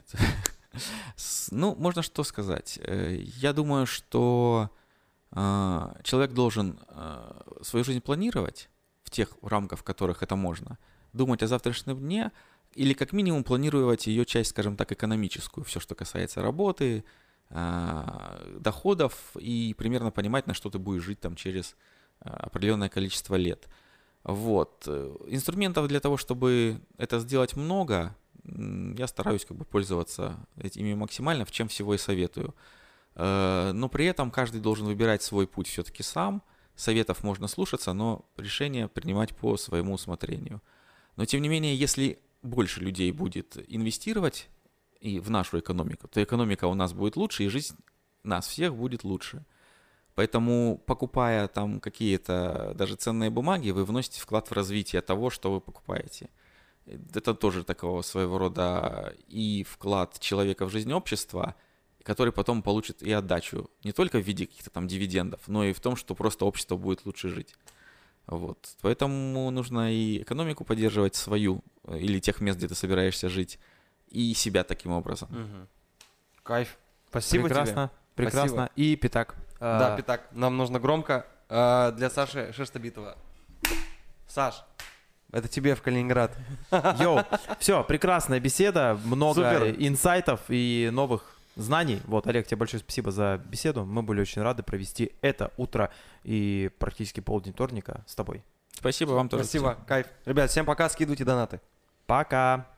S3: С- Ну, можно что сказать. Э, Я думаю, что а, человек должен а, свою жизнь планировать в тех рамках, в которых это можно, думать о завтрашнем дне или как минимум планировать ее часть, скажем так, экономическую, все, что касается работы, а, доходов, и примерно понимать, на что ты будешь жить там через а, определенное количество лет. Вот. Э, Инструментов для того, чтобы это сделать много, м, я стараюсь как бы пользоваться этими максимально, в чем всего и советую. Э, Но при этом каждый должен выбирать свой путь все-таки сам. Советов можно слушаться, но решение принимать по своему усмотрению. Но тем не менее, если больше людей будет инвестировать и в нашу экономику, то экономика у нас будет лучше, и жизнь нас всех будет лучше. Поэтому, покупая там какие-то даже ценные бумаги, вы вносите вклад в развитие того, что вы покупаете. Это тоже такого своего рода и вклад человека в жизнь общества, который потом получит и отдачу не только в виде каких-то там дивидендов, но и в том, что просто общество будет лучше жить. Вот. Поэтому нужно и экономику поддерживать свою, э, или тех мест, где ты собираешься жить, и себя таким образом.
S2: Мгм. Кайф. Спасибо
S1: Прекрасно,
S2: тебе.
S1: прекрасно.
S2: Спасибо.
S1: И пятак.
S2: Да,
S1: А,
S2: Питак, нам нужно громко а, для Саши Шерстобитова. Саш, это тебе в Калининград.
S1: Йоу, все, прекрасная беседа, много
S2: Супер.
S1: инсайтов и новых знаний. Вот, Олег, тебе большое спасибо за беседу. Мы были очень рады провести это утро и практически полдень вторника с тобой.
S3: Спасибо вам тоже.
S2: Спасибо, кайф. Ребят, всем пока, скидывайте донаты.
S1: Пока.